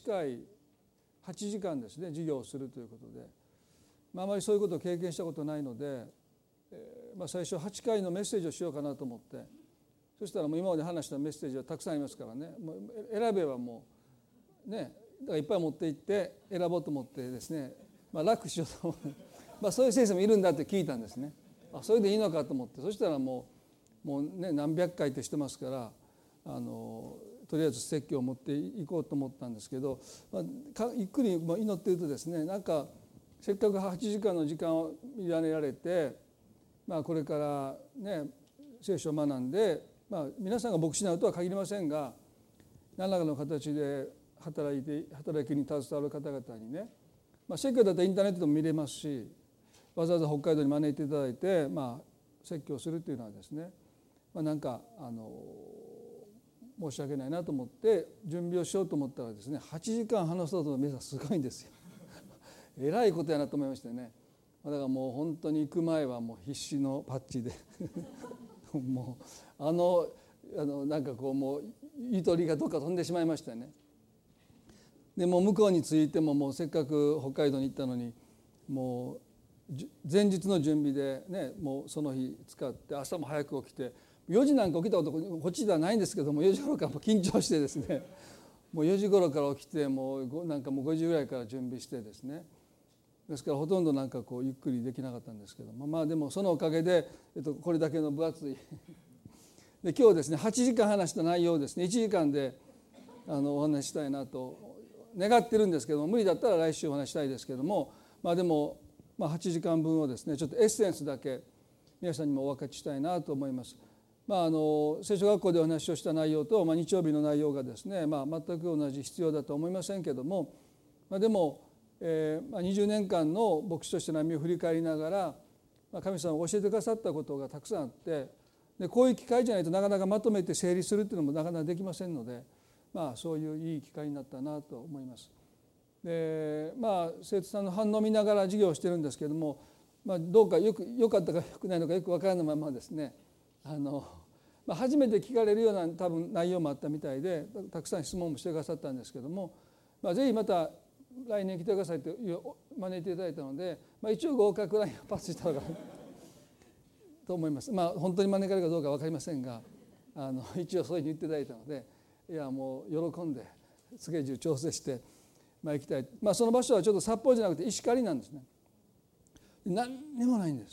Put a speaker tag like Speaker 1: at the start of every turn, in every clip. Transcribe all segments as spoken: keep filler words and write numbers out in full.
Speaker 1: 回はちじかんですね授業をするということで、まあ、あまりそういうことを経験したことないので、えーまあ、最初はちかいのメッセージをしようかなと思って、そしたらもう今まで話したメッセージはたくさんありますからね、もう選べばもうね、だからいっぱい持っていって選ぼうと思ってですね、まあ、楽しようと思ってまあそういう先生もいるんだって聞いたんですね。あ、それでいいのかと思って、そしたらもうもうね何百回ってしてますから、あのとりあえず説教を持っていこうと思ったんですけど、まあ、ゆっくり祈っているとですね、なんかせっかくはちじかんの時間を委ねられて、まあ、これからね聖書を学んで、まあ、皆さんが牧師になるとは限りませんが、何らかの形で働いて働きに携わる方々にね、まあ、説教だったらインターネットでも見れますし、わざわざ北海道に招いていただいて、まあ、説教するというのはですね、まあ、なんかあの申し訳ないなと思って準備をしようと思ったらですね、はちじかん話そうと皆さんすごいんですよえらいことやなと思いましてね。だからもう本当に行く前はもう必死のパッチでもうあのあのなんかこうもうゆとりがどっか飛んでしまいましたね。でもう向こうに着いてももうせっかく北海道に行ったのに、もう前日の準備でね、もうその日使って朝も早く起きて、よじなんか起きたことこっちではないんですけども、よじ頃からもう緊張してですね、もうよじ頃から起きて、もうなんかもうごじぐらいから準備してですね、ですからほとんどなんかこうゆっくりできなかったんですけども、まあでもそのおかげで、えっと、これだけの分厚いで今日ですねはちじかん話した内容をですねいちじかんであのお話ししたいなと願ってるんですけども、無理だったら来週お話したいですけども、まあでもまあはちじかんぶんをですねちょっとエッセンスだけ皆さんにもお分かちしたいなと思います。まあ、あの聖書学校でお話をした内容と、まあ、日曜日の内容がですね、まあ、全く同じ必要だとは思いませんけども、まあ、でも、えーまあ、にじゅうねんかんの牧師としての歩みを振り返りながら、まあ、神様が教えてくださったことがたくさんあって、でこういう機会じゃないとなかなかまとめて整理するっていうのもなかなかできませんので、まあ、そういういい機会になったなと思います。でまあ生徒さんの反応を見ながら授業をしてるんですけども、まあ、どうかよく良かったか良くないのかよく分からないままですね、あの、まあ、初めて聞かれるような多分内容もあったみたいで、たくさん質問もしてくださったんですけども、まあ、ぜひまた来年来てくださいと招いていただいたので、まあ、一応合格ラインをパスした方がと思います。まあ本当に招かれるかどうか分かりませんが、あの一応そういうふうに言っていただいたので、いやもう喜んでスケジュール調整してまあ行きたい。まあその場所はちょっと札幌じゃなくて石狩なんですね。何にもないんです。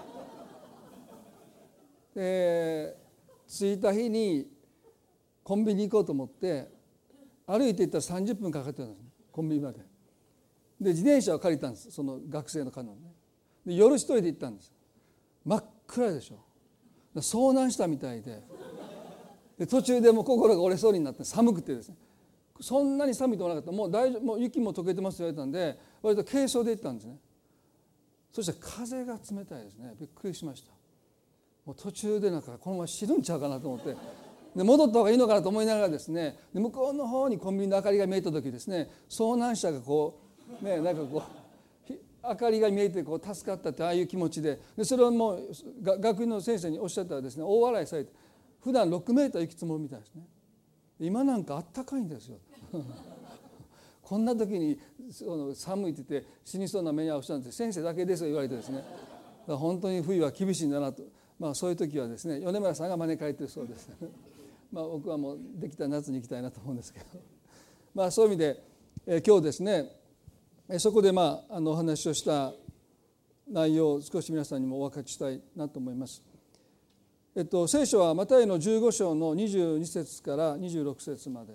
Speaker 1: で着いた日にコンビニ行こうと思って歩いて行ったらさんじゅっぷんかかってたんですね、コンビニまで。で自転車を借りたんです、その学生の彼女ね。で夜一人で行ったんです。真っ暗でしょ。遭難したみたいで、で途中でもう心が折れそうになって寒くてですね、そんなに寒いと思わなかった。もう大丈夫、もう雪も溶けてますと言われたんで割と軽装で行ったんですね。そして風が冷たいですね。びっくりしました。もう途中でなんかこのまま死ぬんちゃうかなと思って、で戻った方がいいのかなと思いながらですね、で向こうの方にコンビニの明かりが見えた時ですね、遭難者がこうね、なんかこう明かりが見えてこう助かったってああいう気持ちで、でそれをもう学院の先生におっしゃったらですね、大笑いされて、普段ろくメーター雪積もるみたいですね。今なんかあったかいんですよこんな時にその寒いって言って死にそうな目に遭う人なんて先生だけですと言われてですね、だから本当に冬は厳しいんだなと、まあ、そういう時はですね米村さんが招かれているそうですまあ僕はもうできたら夏に行きたいなと思うんですけどまあそういう意味で、えー、今日ですねそこでまああのお話をした内容を少し皆さんにもお分かちしたいなと思います。えっと、聖書はマタイのじゅうご章のにじゅうに節からにじゅうろく節まで。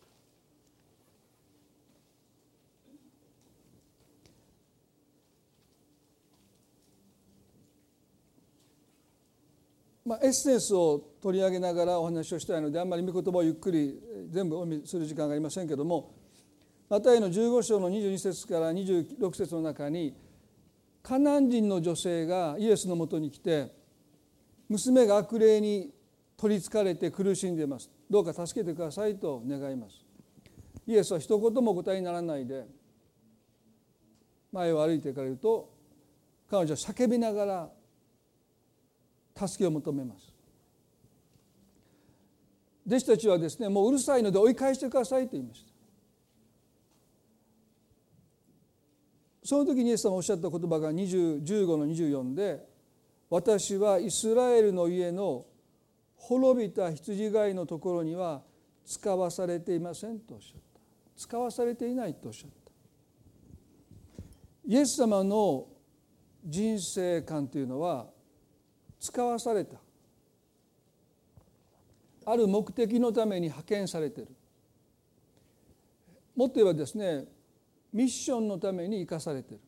Speaker 1: まあ、エッセンスを取り上げながらお話をしたいので、あんまり御言葉をゆっくり全部お見せする時間がありませんけども、マタイのじゅうご章のにじゅうに節からにじゅうろく節の中に、カナン人の女性がイエスのもとに来て、娘が悪霊に取りつかれて苦しんでいます、どうか助けてくださいと願います。イエスは一言もお答えにならないで前を歩いていかれると、彼女は叫びながら助けを求めます。弟子たちはですね、もううるさいので追い返してくださいと言いました。 その時にイエス様がおっしゃった言葉がじゅうごのにじゅうよんで、私はイスラエルの家の滅びた羊飼いのところには使わされていませんとおっしゃった。使わされていないとおっしゃった。イエス様の人生観というのは使わされた、ある目的のために派遣されている。もっと言えばですね、ミッションのために生かされてい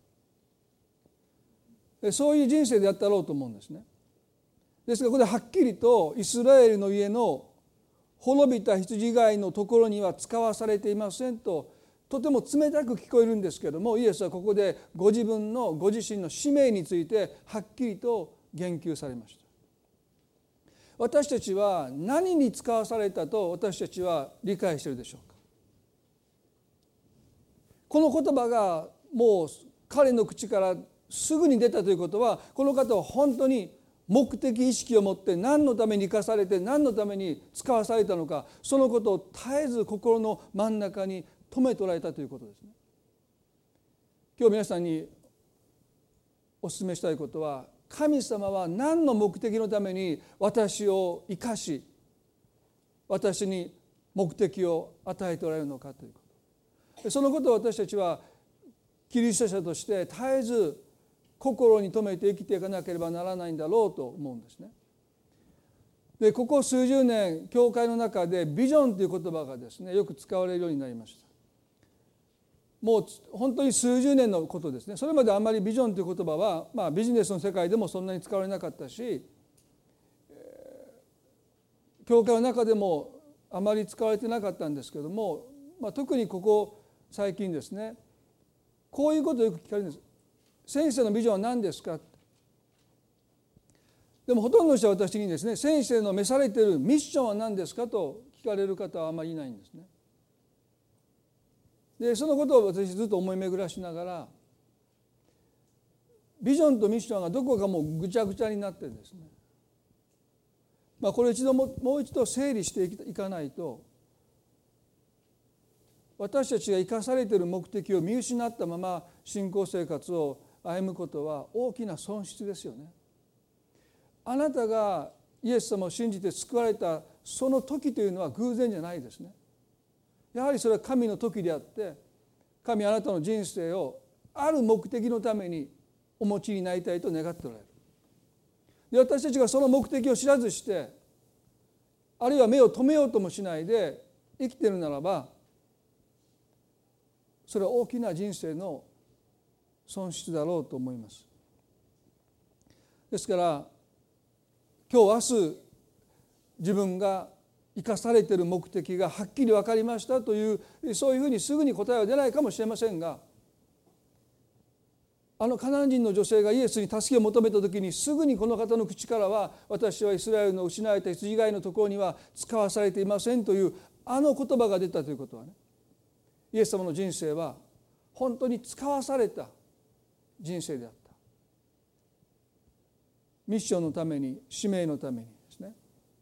Speaker 1: る。そういう人生であったろうと思うんですね。ですがここではっきりとイスラエルの家の滅びた羊飼いのところには使わされていませんと、とても冷たく聞こえるんですけれども、イエスはここでご自分のご自身の使命についてはっきりと言及されました。私たちは何に使わされたと私たちは理解しているでしょうか。この言葉がもう彼の口からすぐに出たということは、この方は本当に目的意識を持って何のために生かされて何のために使わされたのか、そのことを絶えず心の真ん中に留めとられたということですね。今日皆さんにお勧めしたいことは、神様は何の目的のために私を生かし、私に目的を与えておられるのかということ。そのことを私たちはキリスト者として絶えず心に留めて生きていかなければならないんだろうと思うんですね。でここ数十年教会の中でビジョンという言葉がですねよく使われるようになりました。もう本当に数十年のことですね。それまであまりビジョンという言葉は、まあ、ビジネスの世界でもそんなに使われなかったし、教会の中でもあまり使われてなかったんですけども、まあ、特にここ最近ですね、こういうことをよく聞かれるんです。先生のビジョンは何ですか。でもほとんどの人は私にですね、先生の召されているミッションは何ですかと聞かれる方はあまりいないんですね。でそのことを私ずっと思い巡らしながら、ビジョンとミッションがどこかもうぐちゃぐちゃになってですね、まあ、これ一度ももう一度整理していかないと、私たちが生かされている目的を見失ったまま信仰生活を歩むことは大きな損失ですよね。あなたがイエス様を信じて救われたその時というのは偶然じゃないですね。やはりそれは神の時であって、神はあなたの人生をある目的のためにお持ちになりたいと願っておられる。で私たちがその目的を知らずして、あるいは目を留めようともしないで生きているならば、それは大きな人生の損失だろうと思います。ですから今日明日自分が生かされている目的がはっきり分かりましたという、そういうふうにすぐに答えは出ないかもしれませんが、あのカナン人の女性がイエスに助けを求めた時に、すぐにこの方の口からは、私はイスラエルの失われた羊飼いのところには使わされていませんというあの言葉が出たということはね、イエス様の人生は本当に使わされた人生であった。ミッションのために、使命のためにですね。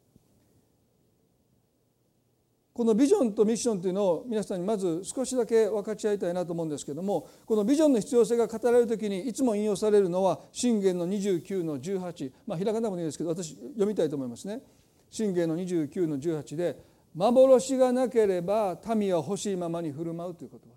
Speaker 1: このビジョンとミッションというのを皆さんにまず少しだけ分かち合いたいなと思うんですけども、このビジョンの必要性が語られるときにいつも引用されるのは箴言のにじゅうきゅうのじゅうはち、まあひらがなもいいですけど私読みたいと思いますね。箴言のにじゅうきゅうのじゅうはちで、幻がなければ民は欲しいままに振る舞うという言葉です。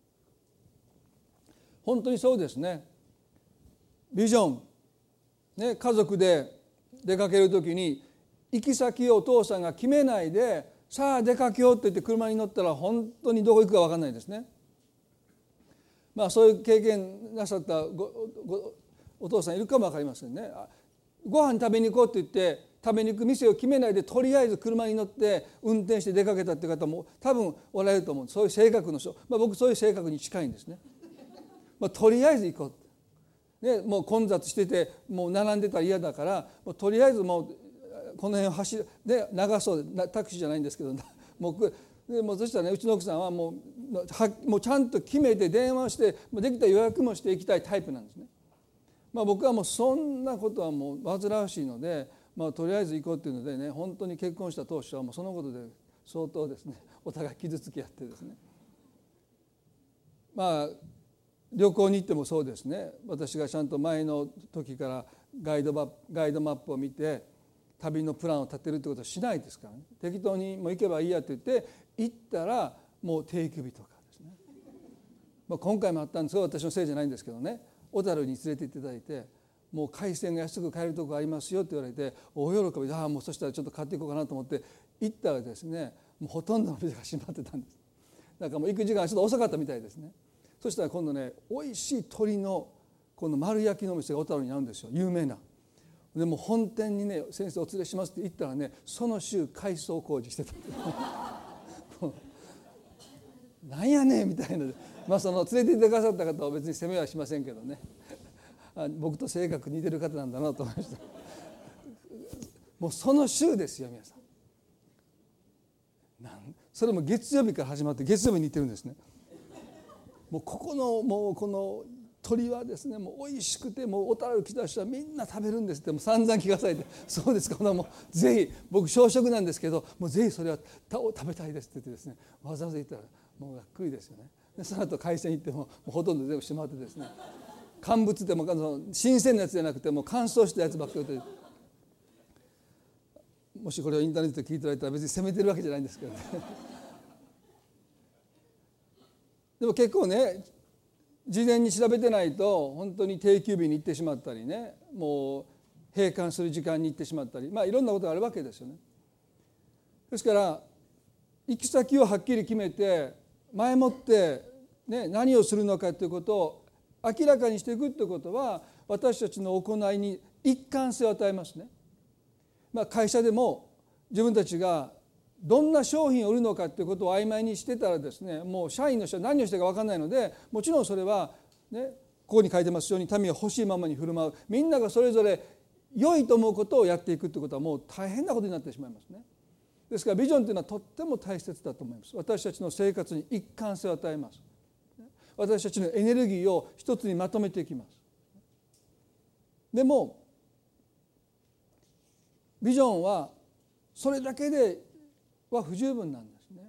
Speaker 1: 本当にそうですね。ビジョン、ね、家族で出かけるときに行き先をお父さんが決めないで、さあ出かけようって言って車に乗ったら本当にどこ行くか分かんないですね。まあそういう経験なさったごごお父さんいるかも分かりませんね。ご飯食べに行こうって言って食べに行く店を決めないで、とりあえず車に乗って運転して出かけたっていう方も多分おられると思う。そういう性格の人、まあ、僕そういう性格に近いんですね。まあ、とりあえず行こう、ね、もう混雑しててもう並んでたら嫌だから、もうとりあえずもうこの辺を走るで長そうで、タクシーじゃないんですけどもうでもうそしたらね、うちの奥さんはもうはもうちゃんと決めて電話してできたら予約もしていきたいタイプなんですね。まあ、僕はもうそんなことはもう煩わしいので、まあ、とりあえず行こうっていうのでね、本当に結婚した当初はもうそのことで相当ですねお互い傷つき合ってですね、まあ旅行に行ってもそうですね。私がちゃんと前の時からガイドマップ、ガイドマップを見て旅のプランを立てるってことはしないですからね。適当にもう行けばいいやって言って行ったらもう定休日とかですね、まあ、今回もあったんですが、私のせいじゃないんですけどね、小樽に連れて行っていただいて、もう海鮮が安く買えるところありますよって言われて大喜びで、ああもうそしたらちょっと買っていこうかなと思って行ったらですね、もうほとんどの店が閉まってたんです。だからもう行く時間がちょっと遅かったみたいですね。そしたら今度ね、おいしい鶏のこの丸焼きのお店が小樽にあるんですよ、有名な。でも本店にね、先生お連れしますって言ったらね、その週改装工事してたなんやねんみたいな、まあその連れて行ってくださった方は別に責めはしませんけどね、僕と性格似てる方なんだなと思いましたもうその週ですよ皆さん。なんそれも月曜日から始まって月曜日に行ってるんですね。もうここのもうこの鳥はですね、もう美味しくて、もう小樽来た人はみんな食べるんですって、もう散々聞かされて、そうですか、ほなもうぜひ僕小食なんですけど、もうぜひそれは食べたいですって言ってですね、わざわざ言ったらもうがっくりですよね。でその後海鮮行ってももうほとんど全部閉まってですね、乾物でも新鮮なやつじゃなくてもう乾燥したやつばっかりで、もしこれをインターネットで聞いていただいたら別に責めてるわけじゃないんですけどねでも結構ね、事前に調べてないと本当に定休日に行ってしまったりね、もう閉館する時間に行ってしまったり、まあいろんなことがあるわけですよね。ですから行き先をはっきり決めて前もって、ね、何をするのかということを明らかにしていくということは、私たちの行いに一貫性を与えますね。まあ、会社でも自分たちがどんな商品を売るのかということを曖昧にしてたらですね、もう社員の人は何をしてるか分からないので、もちろんそれは、ね、ここに書いてますように民は欲しいままに振る舞う、みんながそれぞれ良いと思うことをやっていくということはもう大変なことになってしまいますね。ですからビジョンというのはとっても大切だと思います。私たちの生活に一貫性を与えます。私たちのエネルギーを一つにまとめていきます。でもビジョンはそれだけでは不十分なんですね。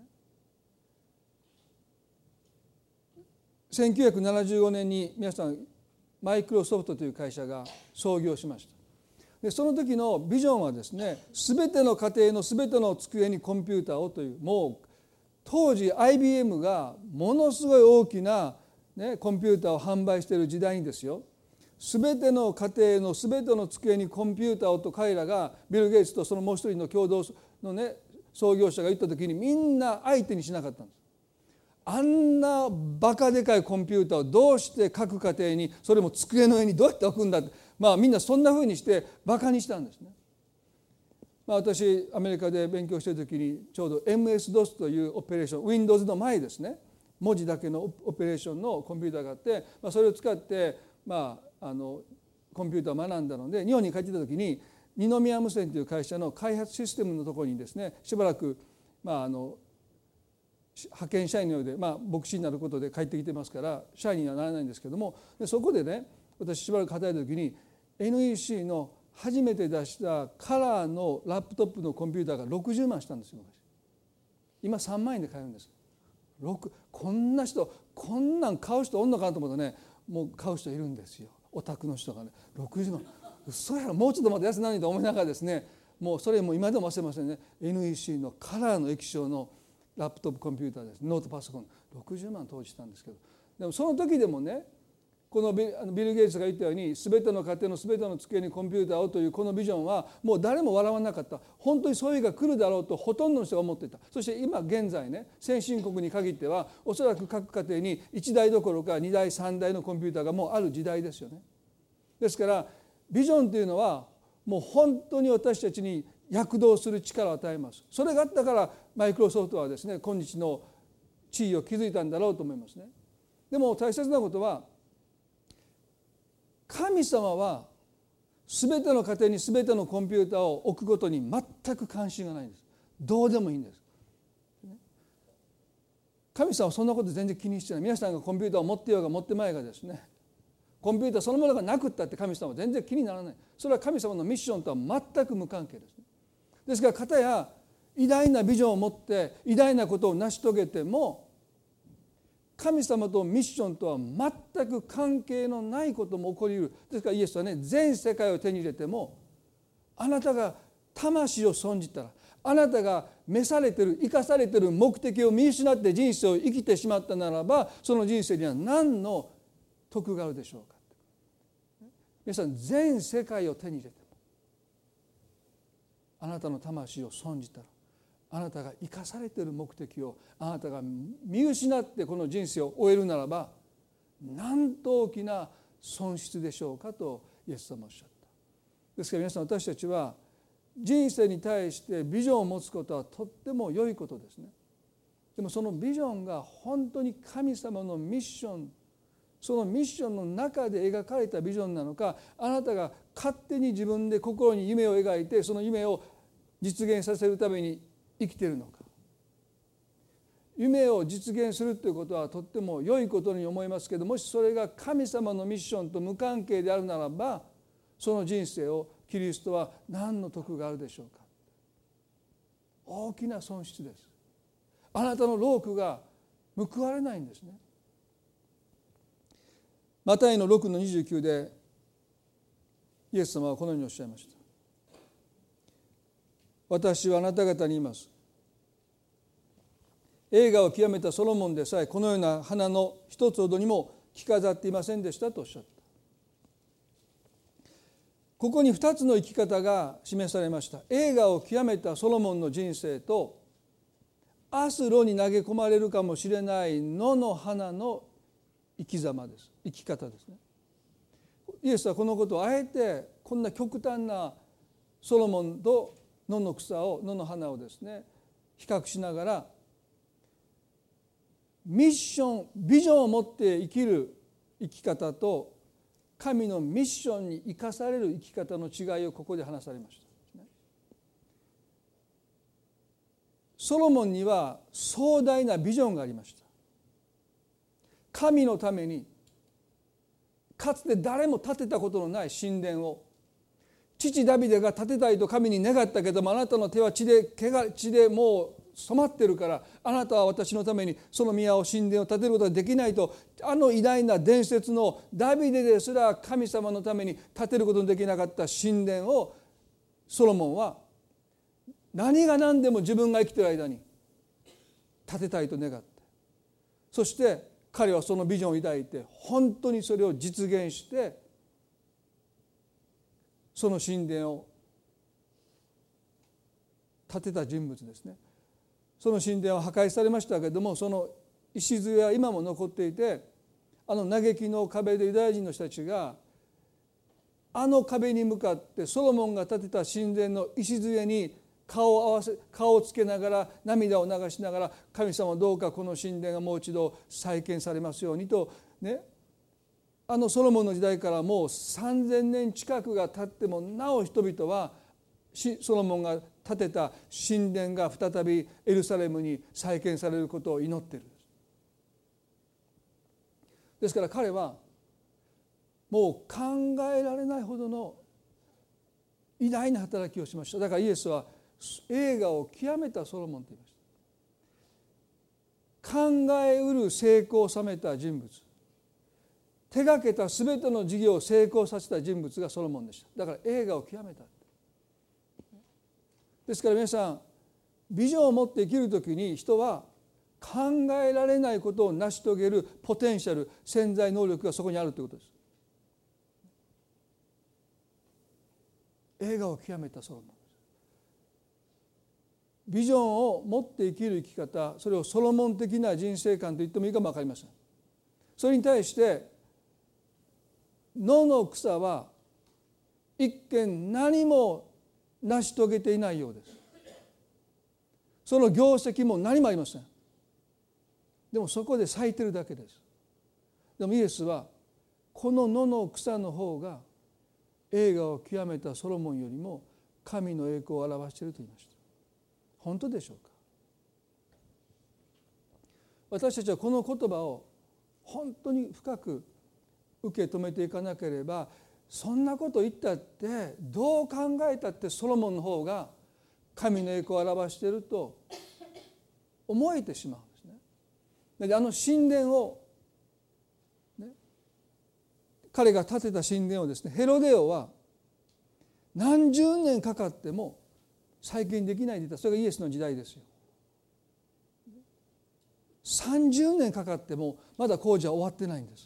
Speaker 1: せんきゅうひゃくななじゅうごねんに皆さんマイクロソフトという会社が創業しました。でその時のビジョンはですね、すべての家庭のすべての机にコンピューターをという、もう当時 アイビーエム がものすごい大きな、ね、コンピューターを販売している時代にですよ、すべての家庭のすべての机にコンピューターをと彼らがビル・ゲイツとそのもう一人の共同のね創業者が言った時にみんな相手にしなかったんです。あんなバカでかいコンピューターをどうして各家庭に、それも机の上にどうやって置くんだって、まあみんなそんなふうにしてバカにしたんですね。まあ、私アメリカで勉強している時にちょうど エムエスドス というオペレーション、 Windows の前ですね、文字だけのオペレーションのコンピューターがあって、まあ、それを使ってまああのコンピューターを学んだので、日本に帰ってきた時に二宮無線という会社の開発システムのところにですね、しばらく、まあ、あの派遣社員のようで、まあ、牧師になることで帰ってきてますから社員にはならないんですけども、でそこでね、私しばらく働いた時に エヌイーシー の初めて出したカラーのラップトップのコンピューターがろくじゅうまんしたんですよ。今さんまんえんで買えるんです。こんな人、こんなん買う人おんのかなと思うとね、もう買う人いるんですよ。オタクの人がね、ろくじゅうまん、嘘やろ、もうちょっとまだ安いのにと思いながらですね、もうそれも今でも忘れませんね。 エヌイーシー のカラーの液晶のラップトップコンピューターです。ノートパソコンろくじゅうまん投じたんですけど、でもその時でもね、このビル・ゲイツが言ったように全ての家庭の全ての机にコンピューターをというこのビジョンはもう誰も笑わなかった。本当にそういう日が来るだろうとほとんどの人が思っていた。そして今現在ね、先進国に限ってはおそらく各家庭にいちだいどころかにだいさんだいのコンピューターがもうある時代ですよね。ですからビジョンというのはもう本当に私たちに躍動する力を与えます。それがあったからマイクロソフトはですね、今日の地位を築いたんだろうと思いますね。でも大切なことは、神様は全ての家庭に全てのコンピューターを置くことに全く関心がないんです。どうでもいいんです。神様はそんなこと全然気にしてない。皆さんがコンピューターを持っていようが持ってまいがですね、コンピューターそのものがなくったって神様は全然気にならない。それは神様のミッションとは全く無関係です。ですから片や偉大なビジョンを持って偉大なことを成し遂げても、 神様とミッションとは全く関係のないことも起こりうる。ですからイエスはね、全世界を手に入れてもあなたが魂を損じたら、あなたが召されている生かされている目的を見失って人生を生きてしまったならば、その人生には何の得があるでしょうか。皆さん、全世界を手に入れてもあなたの魂を損じたら、あなたが生かされている目的をあなたが見失ってこの人生を終えるならば、なんと大きな損失でしょうかとイエス様はおっしゃった。ですから皆さん、私たちは人生に対してビジョンを持つことはとっても良いことですね。でもそのビジョンが本当に神様のミッション、そのミッションの中で描かれたビジョンなのか、あなたが勝手に自分で心に夢を描いてその夢を実現させるために生きているのか。夢を実現するということはとっても良いことに思いますけど、もしそれが神様のミッションと無関係であるならば、その人生をキリストは何の得があるでしょうか。大きな損失です。あなたの労苦が報われないんですね。マタイのろくのにじゅうきゅうでイエス様はこのようにおっしゃいました。私はあなた方に言います。栄華を極めたソロモンでさえこのような花の一つほどにも着飾っていませんでしたとおっしゃった。ここに二つの生き方が示されました。栄華を極めたソロモンの人生と、アスロに投げ込まれるかもしれない野の花の生き様です。生き方ですね。イエスはこのことをあえてこんな極端なソロモンと野の草を野の花をですね比較しながら、ミッションビジョンを持って生きる生き方と神のミッションに生かされる生き方の違いをここで話されました。ソロモンには壮大なビジョンがありました。神のためにかつて誰も建てたことのない神殿を、父ダビデが建てたいと神に願ったけども、あなたの手は血で毛が血でもう染まってるから、あなたは私のためにその宮を神殿を建てることができないと、あの偉大な伝説のダビデですら神様のために建てることのできなかった神殿をソロモンは何が何でも自分が生きている間に建てたいと願って、そして彼はそのビジョンを抱いて本当にそれを実現してその神殿を建てた人物ですね。その神殿は破壊されましたけれども、その礎は今も残っていて、あの嘆きの壁でユダヤ人の人たちがあの壁に向かってソロモンが建てた神殿の礎に顔を合わせ顔をつけながら涙を流しながら、神様どうかこの神殿がもう一度再建されますようにとね、あのソロモンの時代からもうさんぜんねん近くが経ってもなお人々はソロモンが建てた神殿が再びエルサレムに再建されることを祈っている。ですから彼はもう考えられないほどの偉大な働きをしました。だからイエスは栄華を極めたソロモンと言いました。考えうる成功を収めた人物、手がけたすべての事業を成功させた人物がソロモンでした。だから栄華を極めた。ですから皆さん、ビジョンを持って生きるときに人は考えられないことを成し遂げるポテンシャル、潜在能力がそこにあるということです。栄華を極めたソロモン。ビジョンを持って生きる生き方、それをソロモン的な人生観と言ってもいいかも分かりません。それに対して野の草は一見何も成し遂げていないようです。その業績も何もありません。でもそこで咲いてるだけです。でもイエスはこの野の草の方が栄華を極めたソロモンよりも神の栄光を表していると言いました。本当でしょうか。私たちはこの言葉を本当に深く受け止めていかなければ、そんなこと言ったってどう考えたってソロモンの方が神の栄光を表していると思えてしまうんですね。 であの神殿を、ね、彼が建てた神殿をですね、ヘロデ王は何十年かかっても再建できないでいた。それがイエスの時代ですよ。さんじゅうねんかかってもまだ工事は終わってないんです。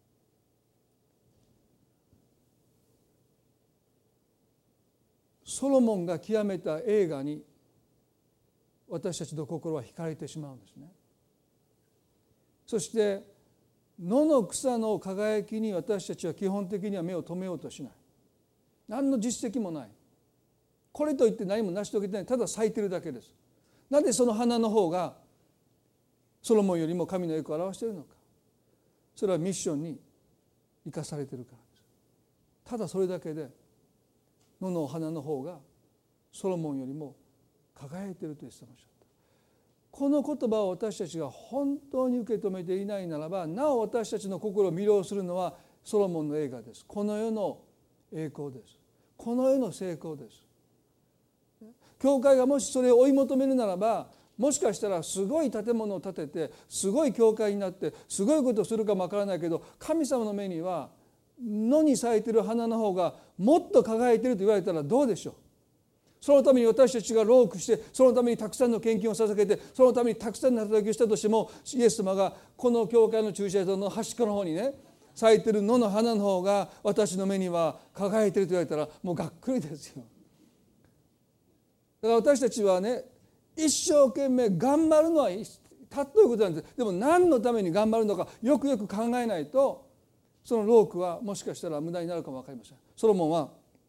Speaker 1: ソロモンが極めた栄華に私たちの心は惹かれてしまうんですね。そして野の草の輝きに私たちは基本的には目を留めようとしない。何の実績もない。これといって何も成し遂げてない。ただ咲いてるだけです。なぜその花の方がソロモンよりも神の栄光を表しているのか。それはミッションに生かされているからです。ただそれだけで野の花の方がソロモンよりも輝いていると言ってました。この言葉を私たちが本当に受け止めていないならば、なお私たちの心を魅了するのはソロモンの栄華です。この世の栄光です。この世の成功です。教会がもしそれを追い求めるならば、もしかしたらすごい建物を建ててすごい教会になってすごいことをするかもわからないけど、神様の目には野に咲いている花の方がもっと輝いていると言われたらどうでしょう。そのために私たちが労苦して、そのためにたくさんの献金を捧げて、そのためにたくさんの働きをしたとしても、イエス様がこの教会の駐車場の端っこの方にね咲いている野の花の方が私の目には輝いていると言われたらもうがっくりですよ。だから私たちはね、一生懸命頑張るのはたっということなんです。でも何のために頑張るのかよくよく考えないと、その労苦はもしかしたら無駄になるかも分かりません。ソロモンは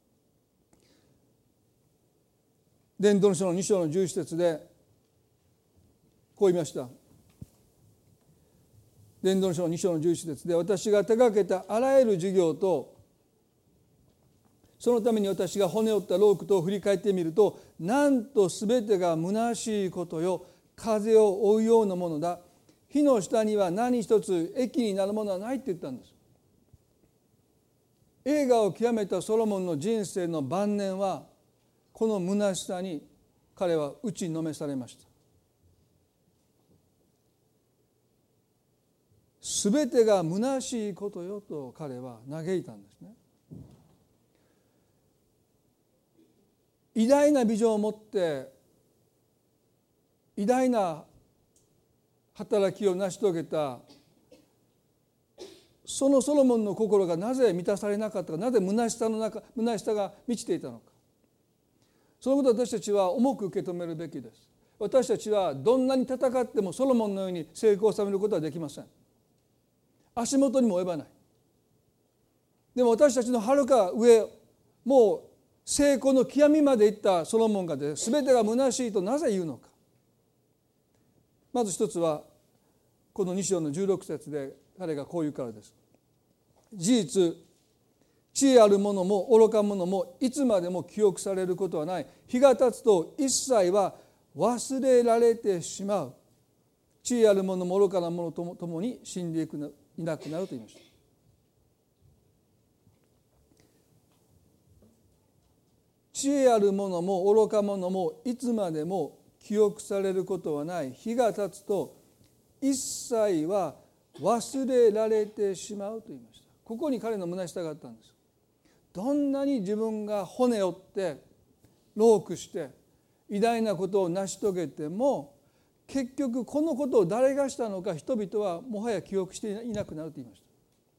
Speaker 1: 伝道の書のに章のじゅういち節でこう言いました。伝道の書のに章のじゅういち節で、私が手がけたあらゆる事業とそのために私が骨折った労苦とを振り返ってみると、なんとすべてが虚しいことよ。風を追うようなものだ。火の下には何一つ益になるものはないって言ったんです。栄華を極めたソロモンの人生の晩年はこの虚しさに彼は打ちのめされました。すべてが虚しいことよと彼は嘆いたんですね。偉大なビジョンを持って偉大な働きを成し遂げたそのソロモンの心がなぜ満たされなかったか、なぜ虚しさの中、虚しさが満ちていたのか、そのことを私たちは重く受け止めるべきです。私たちはどんなに戦ってもソロモンのように成功を収めることはできません。足元にも及ばない。でも私たちのはるか上、もう成功の極みまでいったソロモンがですね、全てが虚しいとなぜ言うのか。まず一つはこのに章のじゅうろく節で彼がこう言うからです。事実、知恵ある者も愚か者もいつまでも記憶されることはない。日が経つと一切は忘れられてしまう。知恵ある者も愚かな者ともともに死んでいくな、いなくなると言いました。知恵ある者も愚か者もいつまでも記憶されることはない。日が経つと一切は忘れられてしまうと言いました。ここに彼の虚しさがあったんです。どんなに自分が骨折って労苦して偉大なことを成し遂げても、結局このことを誰がしたのか人々はもはや記憶していなくなると言いました。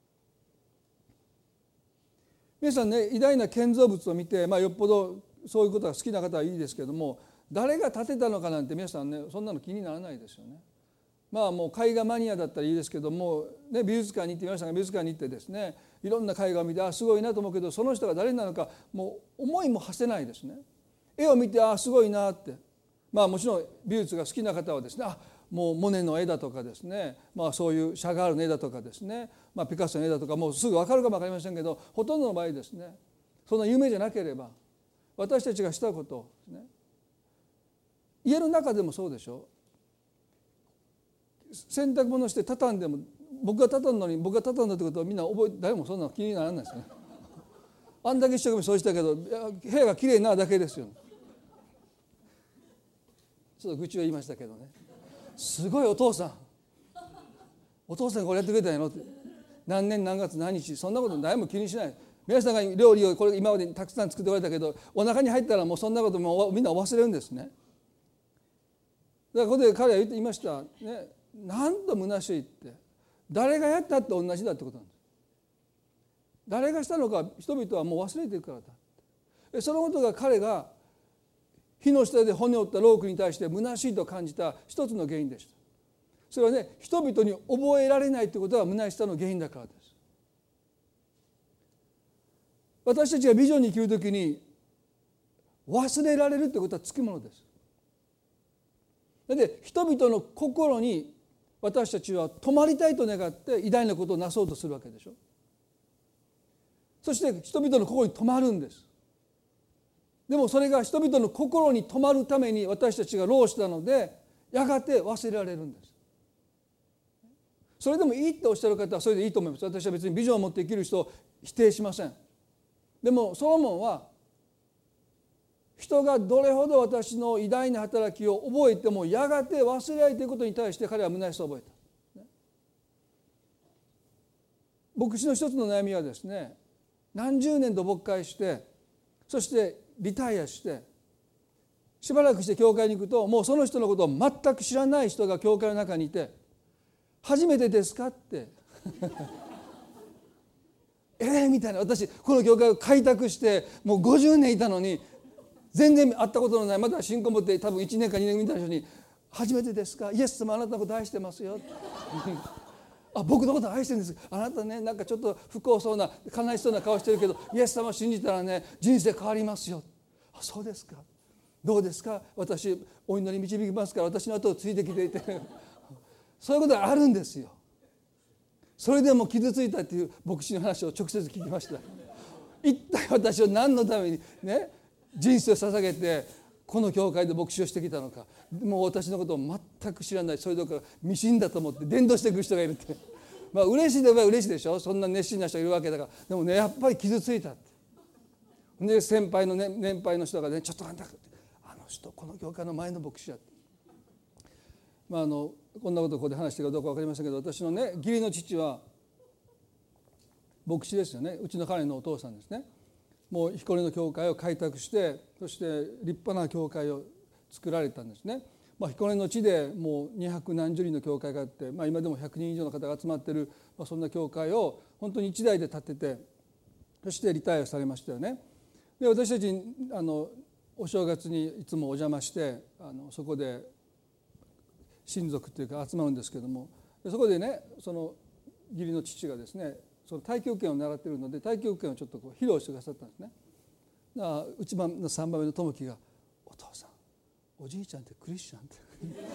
Speaker 1: 皆さんね、偉大な建造物を見て、まあ、よっぽどそういうことが好きな方はいいですけども、誰が建てたのかなんて皆さんね、そんなの気にならないですよね。まあもう絵画マニアだったらいいですけども、ね、美術館に行って皆さんが美術館に行ってですね、いろんな絵画を見て、あすごいなと思うけど、その人が誰なのかもう思いも馳せないですね。絵を見てあすごいなって、まあもちろん美術が好きな方はですね、あもうモネの絵だとかですね、まあそういうシャガールの絵だとかですね、まあピカソの絵だとかもうすぐ分かるかも分かりませんけど、ほとんどの場合ですね、そんな有名じゃなければ私たちがしたことをですね、家の中でもそうでしょ。洗濯物して畳んでも、僕が畳んだのに僕が畳んだってことはみんな覚えて、誰もそんなの気にならないですよね。あんだけ一生懸命そうしたけど部屋がきれいなだけですよ。ちょっと愚痴を言いましたけどね。すごいお父さんお父さんがこれやってくれたんやろって、何年何月何日、そんなこと何も気にしない。皆さんが料理をこれ今までにたくさん作っておられたけど、お腹に入ったらもうそんなこともみんな忘れるんですね。だからここで彼は言っていました、ね、なんと虚しいって、誰がやったって同じだってことなんです。誰がしたのか人々はもう忘れているからだ。そのことが彼が火の下で骨を折ったロークに対して虚しいと感じた一つの原因でした。それはね、人々に覚えられないということが虚しさの原因だからです。私たちがビジョンに生きるときに忘れられるということはつきものです。で、人々の心に私たちは泊まりたいと願って偉大なことをなそうとするわけでしょ。そして人々の心に泊まるんです。でもそれが人々の心に泊まるために私たちが労したので、やがて忘れられるんです。それでもいいっておっしゃる方はそれでいいと思います。私は別にビジョンを持って生きる人を否定しません。でもソロモンは人がどれほど私の偉大な働きを覚えてもやがて忘れられていることに対して彼は虚しさを覚えた。牧師の一つの悩みはですね、何十年と牧会して、そしてリタイアしてしばらくして教会に行くと、もうその人のことを全く知らない人が教会の中にいて、初めてですかってええみたいな、私この教会を開拓してもうごじゅうねんいたのに全然会ったことのない、まだ新婚持って多分いちねんかにねんみたいな人に、初めてですか、イエス様あなたのこと愛してますよあ、僕のこと愛してるんです。あなたね、なんかちょっと不幸そうな悲しそうな顔してるけど、イエス様を信じたらね、人生変わりますよ。あ、そうですか。どうですか、私お祈り導きますから私の後をついてきていてそういうことがあるんですよ。それでも傷ついたっていう牧師の話を直接聞きました。一体私は何のためにね、人生を捧げてこの教会で牧師をしてきたのか。もう私のことを全く知らない、それどころか未信だと思って伝道してくる人がいるって。まあ嬉しいでは嬉しいでしょ、そんな熱心な人がいるわけだから。でもね、やっぱり傷ついたって。で先輩の、ね、年配の人がね、ちょっとあんたあの人この教会の前の牧師やって、まあ、あのこんなことをここで話しているかどうか分かりませんけど、私のね義理の父は牧師ですよね。うちの彼のお父さんですね。もう彦根の教会を開拓して、そして立派な教会を作られたんですね。まあ、彦根の地でもうにひゃくなんじゅうにんの教会があって、まあ、今でもひゃくにん以上の方が集まっている、まあ、そんな教会を本当に一代で建てて、そしてリタイアされましたよね。で私たちあのお正月にいつもお邪魔して、あのそこで親族というか集まるんですけども、そこでね、その義理の父がですね、その太極拳を習っているので太極拳をちょっとこう披露してくださったんですね。だから一番のさんばんめの友樹が、お父さんおじいちゃんってクリスチャンって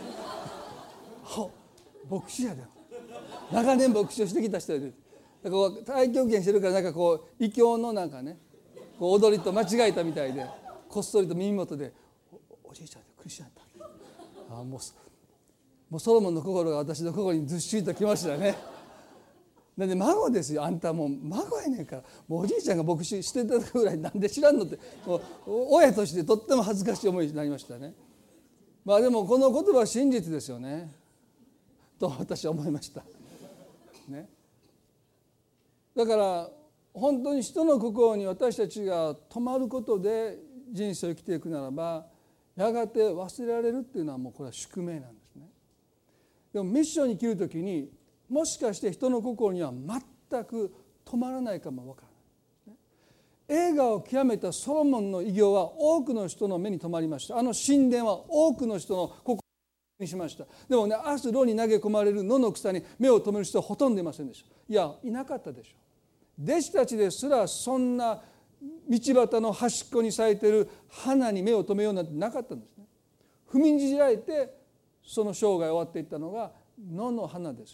Speaker 1: 牧師やで、長年牧師をしてきた人で、だから太極拳してるから、なんかこう異教のなんかね、こう踊りと間違えたみたいで、こっそりと耳元で お, おじいちゃんってクリスチャンだ。あ、もうもうソロモンの心が私の心にずっしりときましたね。なんで孫ですよ、あんたもう孫やねんから、もうおじいちゃんが牧師してたぐらいなんで知らんのって、もう親としてとっても恥ずかしい思いになりましたね。まあでもこの言葉は真実ですよねと私は思いましたね。だから本当に人の心に私たちが止まることで人生を生きていくならば、やがて忘れられるっていうのはもうこれは宿命なんですね。でもミッションに生きるときに、もしかして人の心には全く止まらないかもわからない。栄華を極めたソロモンの偉業は多くの人の目に留まりました。あの神殿は多くの人の心にしました。でもね、明日炉に投げ込まれる野の草に目を留める人はほとんどいませんでした。いや、いなかったでしょう。弟子たちですらそんな道端の端っこに咲いている花に目を留めようなんてなかったんですね。踏みにじられてその生涯終わっていったのが野の花ですよ。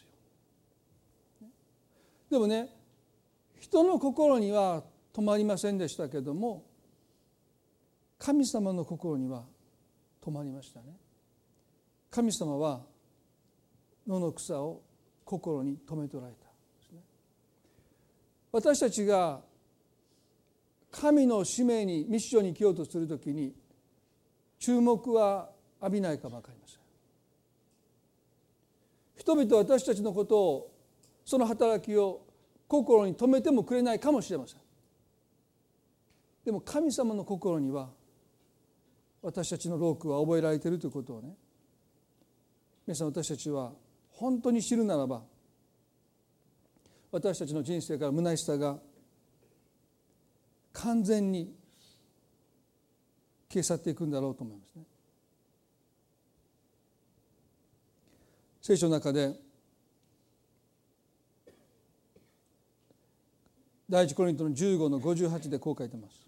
Speaker 1: でもね、人の心には止まりませんでしたけども、神様の心には止まりましたね。神様は野の草を心に留めておられたんですね。私たちが神の使命にミッションに生きようとするときに注目は浴びないかも分かりません。 人々は私たちのことを、その働きを心に留めてもくれないかもしれません。でも神様の心には私たちの労苦は覚えられているということをね、皆さん、私たちは本当に知るならば、私たちの人生から虚しさが完全に消え去っていくんだろうと思いますね。聖書の中で第一コリントのじゅうごのごじゅうはちでこう書いてます。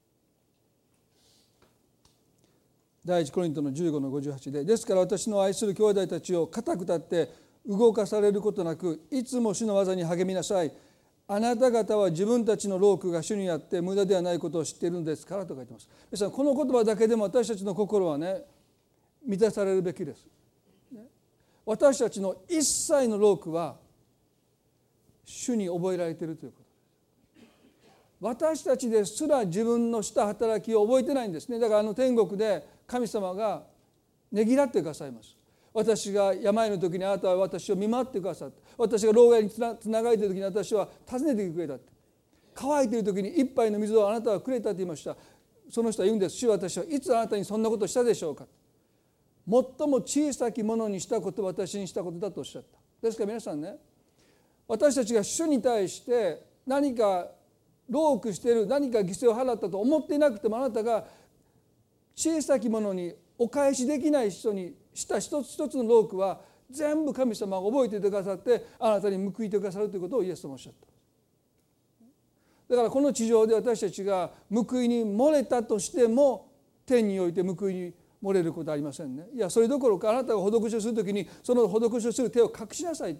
Speaker 1: 第一コリントのじゅうごのごじゅうはちで、ですから私の愛する兄弟たちを固く立って動かされることなく、いつも主の技に励みなさい。あなた方は自分たちの労苦が主にあって無駄ではないことを知っているのですからと書いてます。皆さん、この言葉だけでも私たちの心はね、満たされるべきです。私たちの一切の労苦は主に覚えられているということです。私たちですら自分のした働きを覚えてないんですね。だからあの天国で神様がねぎらってくださいます。私が病の時にあなたは私を見舞ってくださった。私が老害につな、つながれている時に私は訪ねてくれた。乾いている時に一杯の水をあなたはくれたと言いました。その人は言うんです。主は私はいつあなたにそんなことをしたでしょうか。最も小さきものにしたことを私にしたことだとおっしゃった。ですから皆さんね、私たちが主に対して何か労苦している、何か犠牲を払ったと思っていなくても、あなたが小さきものにお返しできない人にした一つ一つの労苦は全部神様が覚えていてくださって、あなたに報いてくださるということをイエス様はおっしゃった。だからこの地上で私たちが報いに漏れたとしても、天において報いに漏れることはありませんね。いや、それどころかあなたが施しをするときにその施しをする手を隠しなさいって、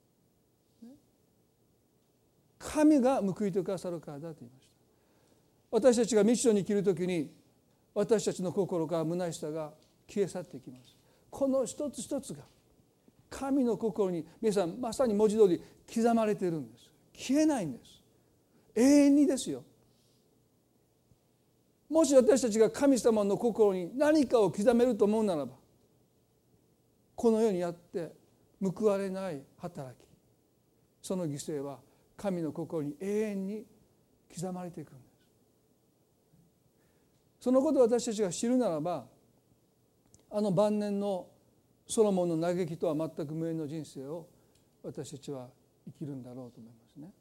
Speaker 1: 神が報いてくださるからだと言いました。私たちがミッションに生きるときに、私たちの心から虚しさが消え去っていきます。この一つ一つが神の心に、皆さんまさに文字通り刻まれているんです。消えないんです。永遠にですよ。もし私たちが神様の心に何かを刻めると思うならば、この世にあって報われない働き、その犠牲は神の心に永遠に刻まれていくんです。そのことを私たちが知るならば、あの晩年のソロモンの嘆きとは全く無縁の人生を私たちは生きるんだろうと思いますね。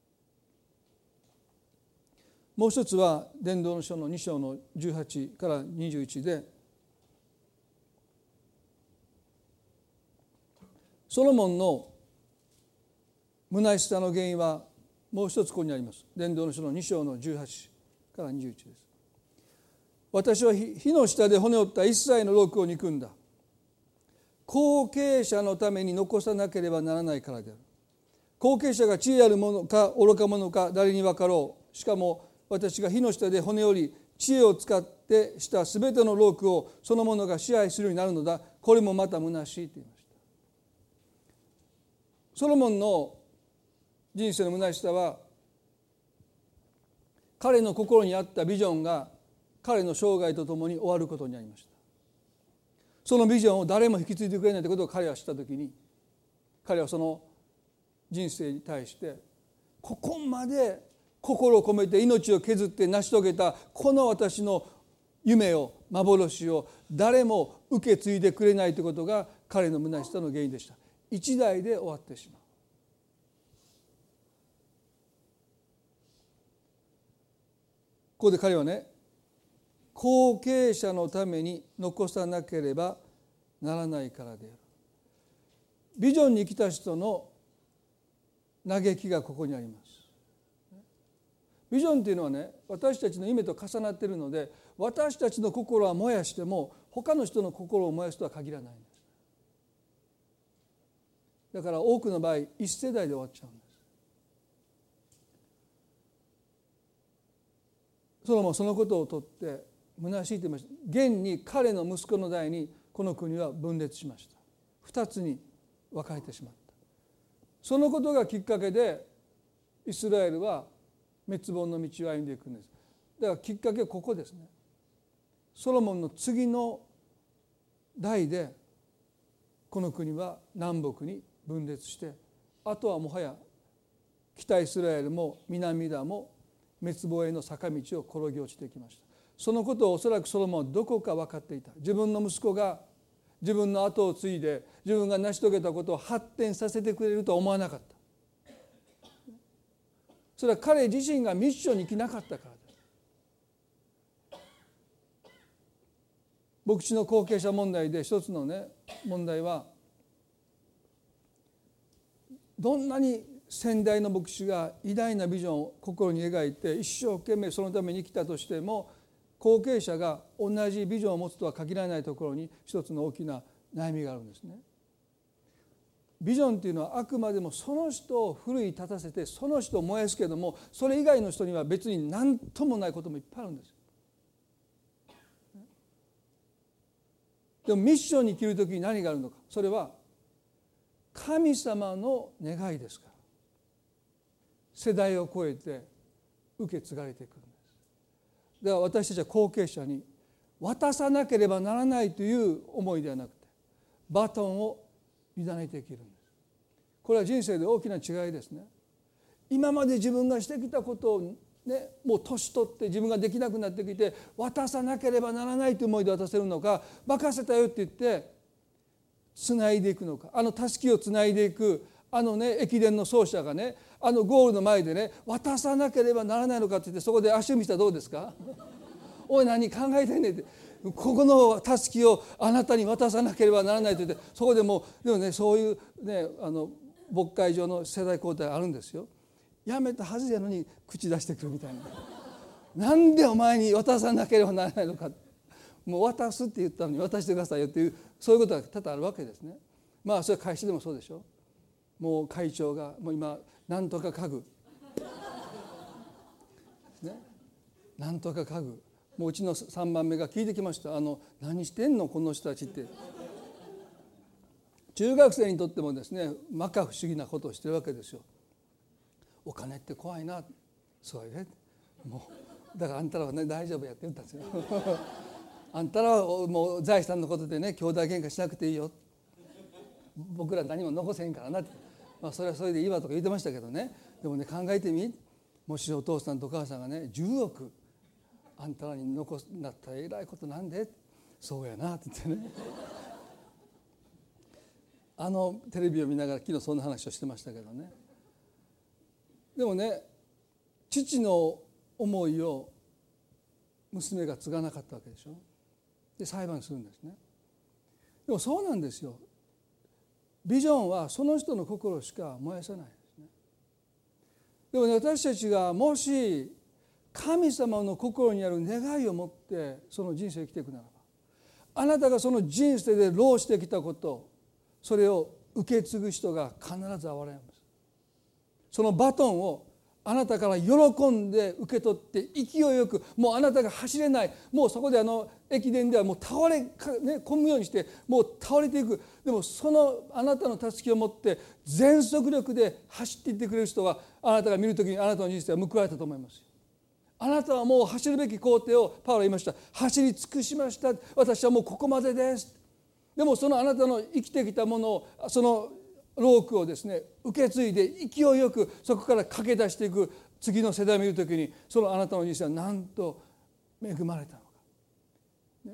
Speaker 1: もう一つは伝道の書のに章のじゅうはちからにじゅういちで、ソロモンの虚しさの原因はもう一つここにあります。伝道の書のに章のじゅうはちからにじゅういちです。私は火の下で骨折った一切の労苦を憎んだ。後継者のために残さなければならないからである。後継者が知恵あるものか愚か者か誰に分かろう。しかも私が火の下で骨折り知恵を使ってしたすべての労苦をそのものが支配するようになるのだ。これもまた虚しいと言いました。ソロモンの人生の虚しさは、彼の心にあったビジョンが彼の生涯とともに終わることになりました。そのビジョンを誰も引き継いでくれないということを彼は知ったときに、彼はその人生に対してここまで心を込めて命を削って成し遂げたこの私の夢を幻を誰も受け継いでくれないということが彼の虚しさの原因でした。一代で終わってしまう。ここで彼はね、後継者のために残さなければならないからである。ビジョンに来た人の嘆きがここにあります。ビジョンというのはね、私たちの夢と重なっているので、私たちの心は燃やしても他の人の心を燃やすとは限らないんです。だから多くの場合一世代で終わっちゃうんです。ソロモンはそのことをとって虚しいと言いました。現に彼の息子の代にこの国は分裂しました。二つに分かれてしまった。そのことがきっかけでイスラエルは滅亡の道を歩んでいくんです。だからきっかけはここですね。ソロモンの次の代でこの国は南北に分裂して、あとはもはや北イスラエルも南ユダも滅亡への坂道を転げ落ちてきました。そのことをおそらくソロモンはどこか分かっていた。自分の息子が自分の後を継いで自分が成し遂げたことを発展させてくれるとは思わなかった。それは彼自身がミッションに生きなかったからです。牧師の後継者問題で一つのね問題は、どんなに先代の牧師が偉大なビジョンを心に描いて一生懸命そのために生きたとしても、後継者が同じビジョンを持つとは限らないところに一つの大きな悩みがあるんですね。ビジョンというのはあくまでもその人を奮い立たせてその人を燃やすけども、それ以外の人には別に何ともないこともいっぱいあるんです。でもミッションに生きるときに何があるのか、それは神様の願いですから、世代を超えて受け継がれていくんです。だから私たちは後継者に渡さなければならないという思いではなくて、バトンを委ねていけるんです。これは人生で大きな違いですね。今まで自分がしてきたことをね、もう年取って自分ができなくなってきて渡さなければならないという思いで渡せるのか、任せたよって言ってつないでいくのか。あのたすきをつないでいくあのね駅伝の走者がね、あのゴールの前でね渡さなければならないのかって言って、そこで足を見せたらどうですかおい何考えてんねんって、ここのたすきをあなたに渡さなければならないと言って、そこでもうでもね、そういうねあの牧会上の世代交代あるんですよ。やめたはずやのに口出してくるみたいななんでお前に渡さなければならないのか、もう渡すって言ったのに渡してくださいよっていう、そういうことが多々あるわけですね。まあそれは会社でもそうでしょ。もう会長がもう今なんとか家具ね、なんとか家具、もううちのさんばんめが聞いてきました。あの何してんのこの人たちって。中学生にとってもですね、摩訶不思議なことをしてるわけですよ。お金って怖いな、そうやね、もうだからあんたらはね大丈夫やって言ったんですよあんたらはもう財産のことでね兄弟喧嘩しなくていいよ、僕ら何も残せへんからなって、まあ、それはそれでいいわとか言ってましたけどね。でもね考えてみ、もしお父さんとお母さんがねじゅうおくあんたらに残すんだったらえらいことなんで、そうやなって言ってねあのテレビを見ながら昨日そんな話をしてましたけどね。でもね、父の思いを娘が継がなかったわけでしょ。で裁判するんですね。でもそうなんですよ。ビジョンはその人の心しか燃やさないですね。でもね、私たちがもし神様の心にある願いを持ってその人生を生きていくならば、あなたがその人生で労してきたこと、それを受け継ぐ人が必ず現れます。そのバトンをあなたから喜んで受け取って勢いよく、もうあなたが走れない、もうそこであの駅伝ではもう倒れ、ね、込むようにしてもう倒れていく。でもそのあなたのたすきを持って全速力で走っていってくれる人は、あなたが見るときにあなたの人生は報われたと思いますよ。あなたはもう走るべき工程をパウロは言いました。走り尽くしました。私はもうここまでです。でもそのあなたの生きてきたものを、そのロークをですね受け継いで勢いよくそこから駆け出していく次の世代を見るときに、そのあなたの人生はなんと恵まれたのか、ね、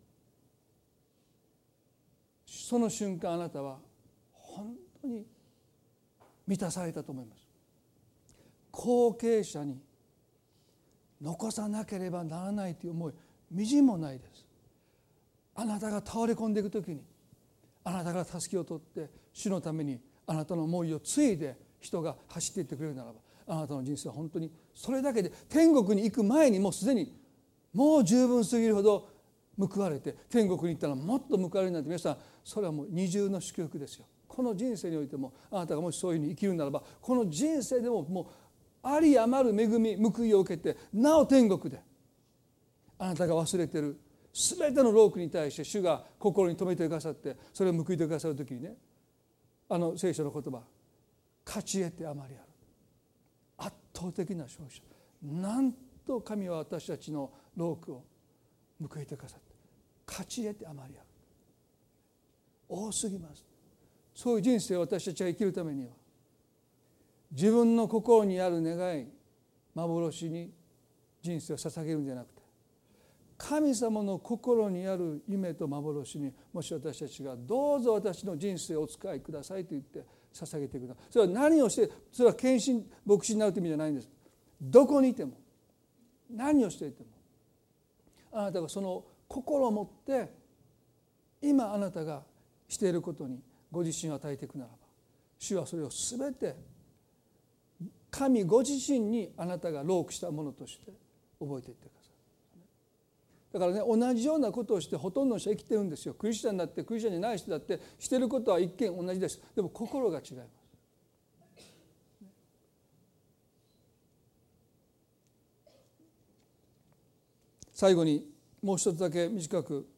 Speaker 1: その瞬間あなたは本当に満たされたと思います。後継者に残さなければならないという思いみじんもないです。あなたが倒れ込んでいくときに、あなたが助けを取って主のためにあなたの思いを継いで人が走っていってくれるならば、あなたの人生は本当にそれだけで天国に行く前にもうすでにもう十分すぎるほど報われて、天国に行ったらもっと報われるなんて、皆さんそれはもう二重の祝福ですよ。この人生においてもあなたがもしそういうふうに生きるならば、この人生でももうあり余る恵み報いを受けて、なお天国であなたが忘れているすべての労苦に対して主が心に留めてくださって、それを報いてくださるときにね、あの聖書の言葉、勝ち得て余りある、圧倒的な勝者、なんと神は私たちの労苦を報いてくださって、勝ち得て余りある。 多すぎます。そういう人生を私たちが生きるためには、自分の心にある願い、幻に人生を捧げるんじゃなくて、神様の心にある夢と幻に、もし私たちがどうぞ私の人生をお使いくださいと言って捧げてください。それは何をして、それは献身牧師になるという意味じゃないんです。どこにいても何をしていても、あなたがその心を持って今あなたがしていることにご自身を与えていくならば、主はそれをすべて神ご自身にあなたがロークしたものとして覚えていってください。だからね、同じようなことをしてほとんどの人は生きてるんですよ。クリスチャンだってクリスチャンじゃない人だってしてることは一見同じです。でも心が違います。最後にもう一つだけ短く、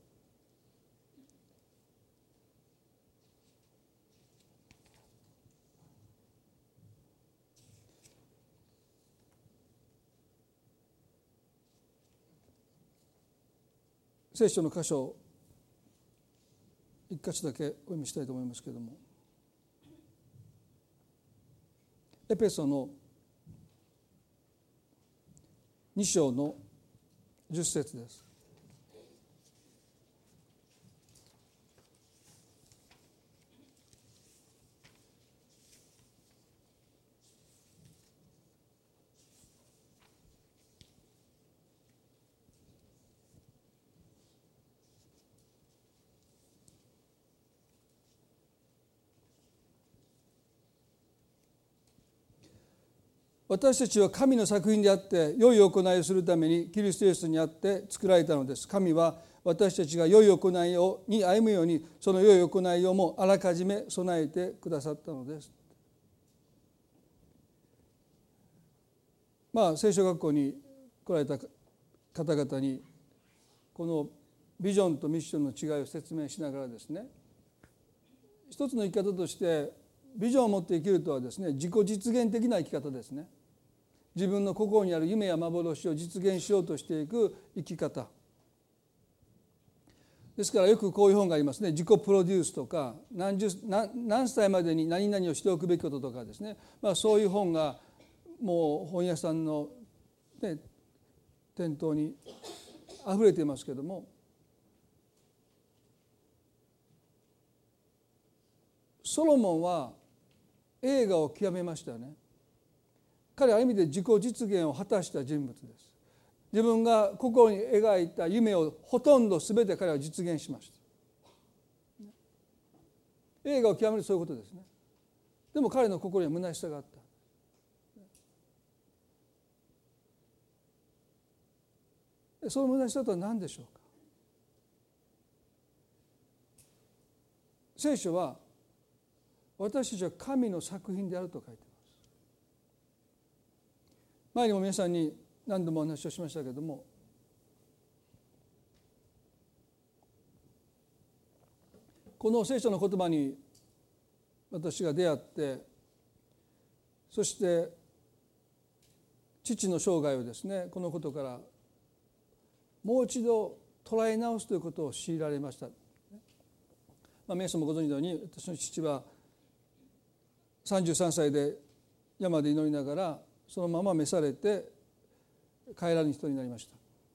Speaker 1: 聖書の箇所を一箇所だけお読みしたいと思いますけれども、エペソのに章のじゅっ節です。私たちは神の作品であって良い行いをするためにキリストイエスにあって作られたのです。神は私たちが良い行いをに歩むように、その良い行いをもあらかじめ備えてくださったのです。まあ聖書学校に来られた方々にこのビジョンとミッションの違いを説明しながらですね、一つの生き方としてビジョンを持って生きるとはですね、自己実現的な生き方ですね。自分の心にある夢や幻を実現しようとしていく生き方ですから、よくこういう本がありますね。自己プロデュースとか 何, 十 何, 何歳までに何々をしておくべきこととかですね、まあ、そういう本がもう本屋さんの、ね、店頭にあふれていますけれども、ソロモンは映画を極めましたよね。彼はある意味で自己実現を果たした人物です。自分が心に描いた夢をほとんど全て彼は実現しました。映画を極める、そういうことですね。でも彼の心には虚しさがあった。その虚しさとは何でしょうか。聖書は私たちは神の作品であると書いています。前にも皆さんに何度もお話をしましたけれども、この聖書の言葉に私が出会って、そして父の生涯をですね、このことからもう一度捉え直すということを強いられました。まあ、皆さんもご存知のように、私の父はさんじゅうさんさいで山で祈りながらそのまま召されて帰らぬ人になりました。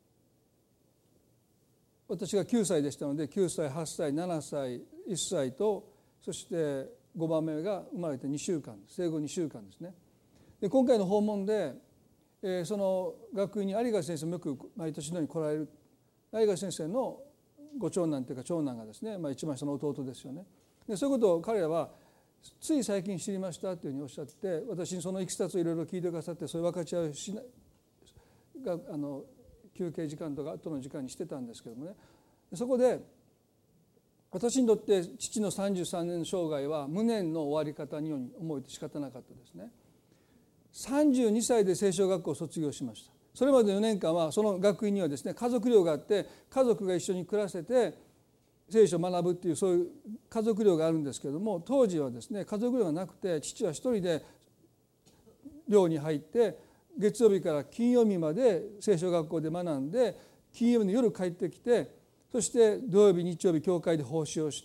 Speaker 1: 私がきゅうさいでしたので、きゅうさい、はっさい、ななさい、いっさいと、そしてごばんめが生まれてにしゅうかん、生後にしゅうかんですね。で今回の訪問で、えー、その学院に有賀先生もよく毎年のように来られる。有賀先生のご長男というか長男がですね、まあ、一番下の弟ですよね。でそういうことを彼らはつい最近知りましたというふうにおっしゃって、私にそのいきさつをいろいろ聞いてくださって、そういう分かち合いをしながあの休憩時間とか後の時間にしてたんですけどもね、そこで私にとって父のさんじゅうさんねんの生涯は無念の終わり方にように思えて仕方なかったですね。さんじゅうにさいで聖書学校を卒業しました。それまでよねんかんはその学院にはですね、家族寮があって、家族が一緒に暮らせて聖書を学ぶっていう、そういう家族寮があるんですけれども、当時はですね家族寮がなくて、父は一人で寮に入って月曜日から金曜日まで聖書学校で学んで、金曜日の夜帰ってきて、そして土曜日日曜日教会で奉仕をして、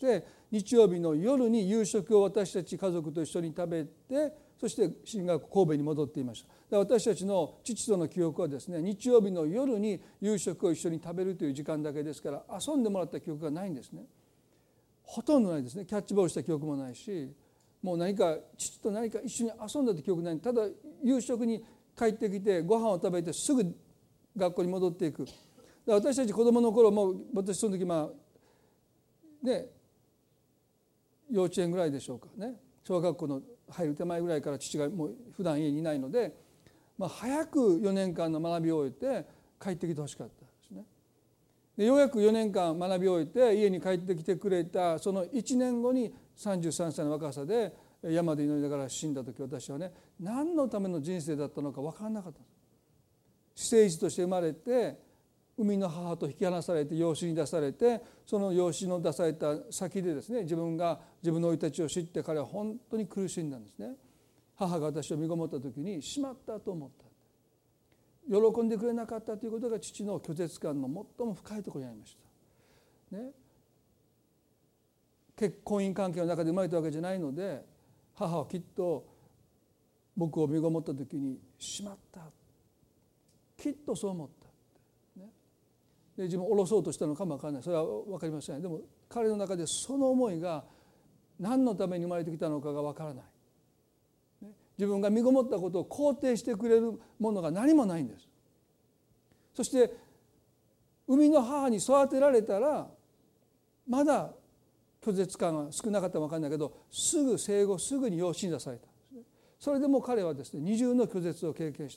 Speaker 1: 日曜日の夜に夕食を私たち家族と一緒に食べて、そして進学神戸に戻っていました。私たちの父との記憶はですね、日曜日の夜に夕食を一緒に食べるという時間だけですから、遊んでもらった記憶がないんですね。ほとんどないですね。キャッチボールした記憶もないし、もう何か父と何か一緒に遊んだって記憶ない。ただ夕食に帰ってきてご飯を食べてすぐ学校に戻っていく。私たち子供の頃も、私その時まあね幼稚園ぐらいでしょうかね、小学校の入る手前ぐらいから父がもう普段家にいないので、まあ、早くよねんかんの学びを終えて帰ってきてほしかったですね。でようやくよねんかん学びを終えて家に帰ってきてくれたそのいちねんごにさんじゅうさんさいの若さで山で祈りながら死んだ時、私はね何のための人生だったのか分からなかったんです。私生児として生まれて生みの母と引き離されて養子に出されて、その養子の出された先でですね、自分が自分の生い立ちを知って彼は本当に苦しんだんですね。母が私を身ごもった時にしまったと思った、喜んでくれなかったということが父の拒絶感の最も深いところにありました、ね、結婚姻関係の中で生まれたわけじゃないので、母はきっと僕を身ごもった時にしまった、きっとそう思った、で自分を下ろそうとしたのかも分からない、それは分かりません。でも彼の中でその思いが何のために生まれてきたのかが分からない、自分が身ごもったことを肯定してくれるものが何もないんです。そして生みの母に育てられたらまだ拒絶感が少なかったか分からないけど、すぐ生後すぐに養子に出された。それでも彼はですね、二重の拒絶を経験した。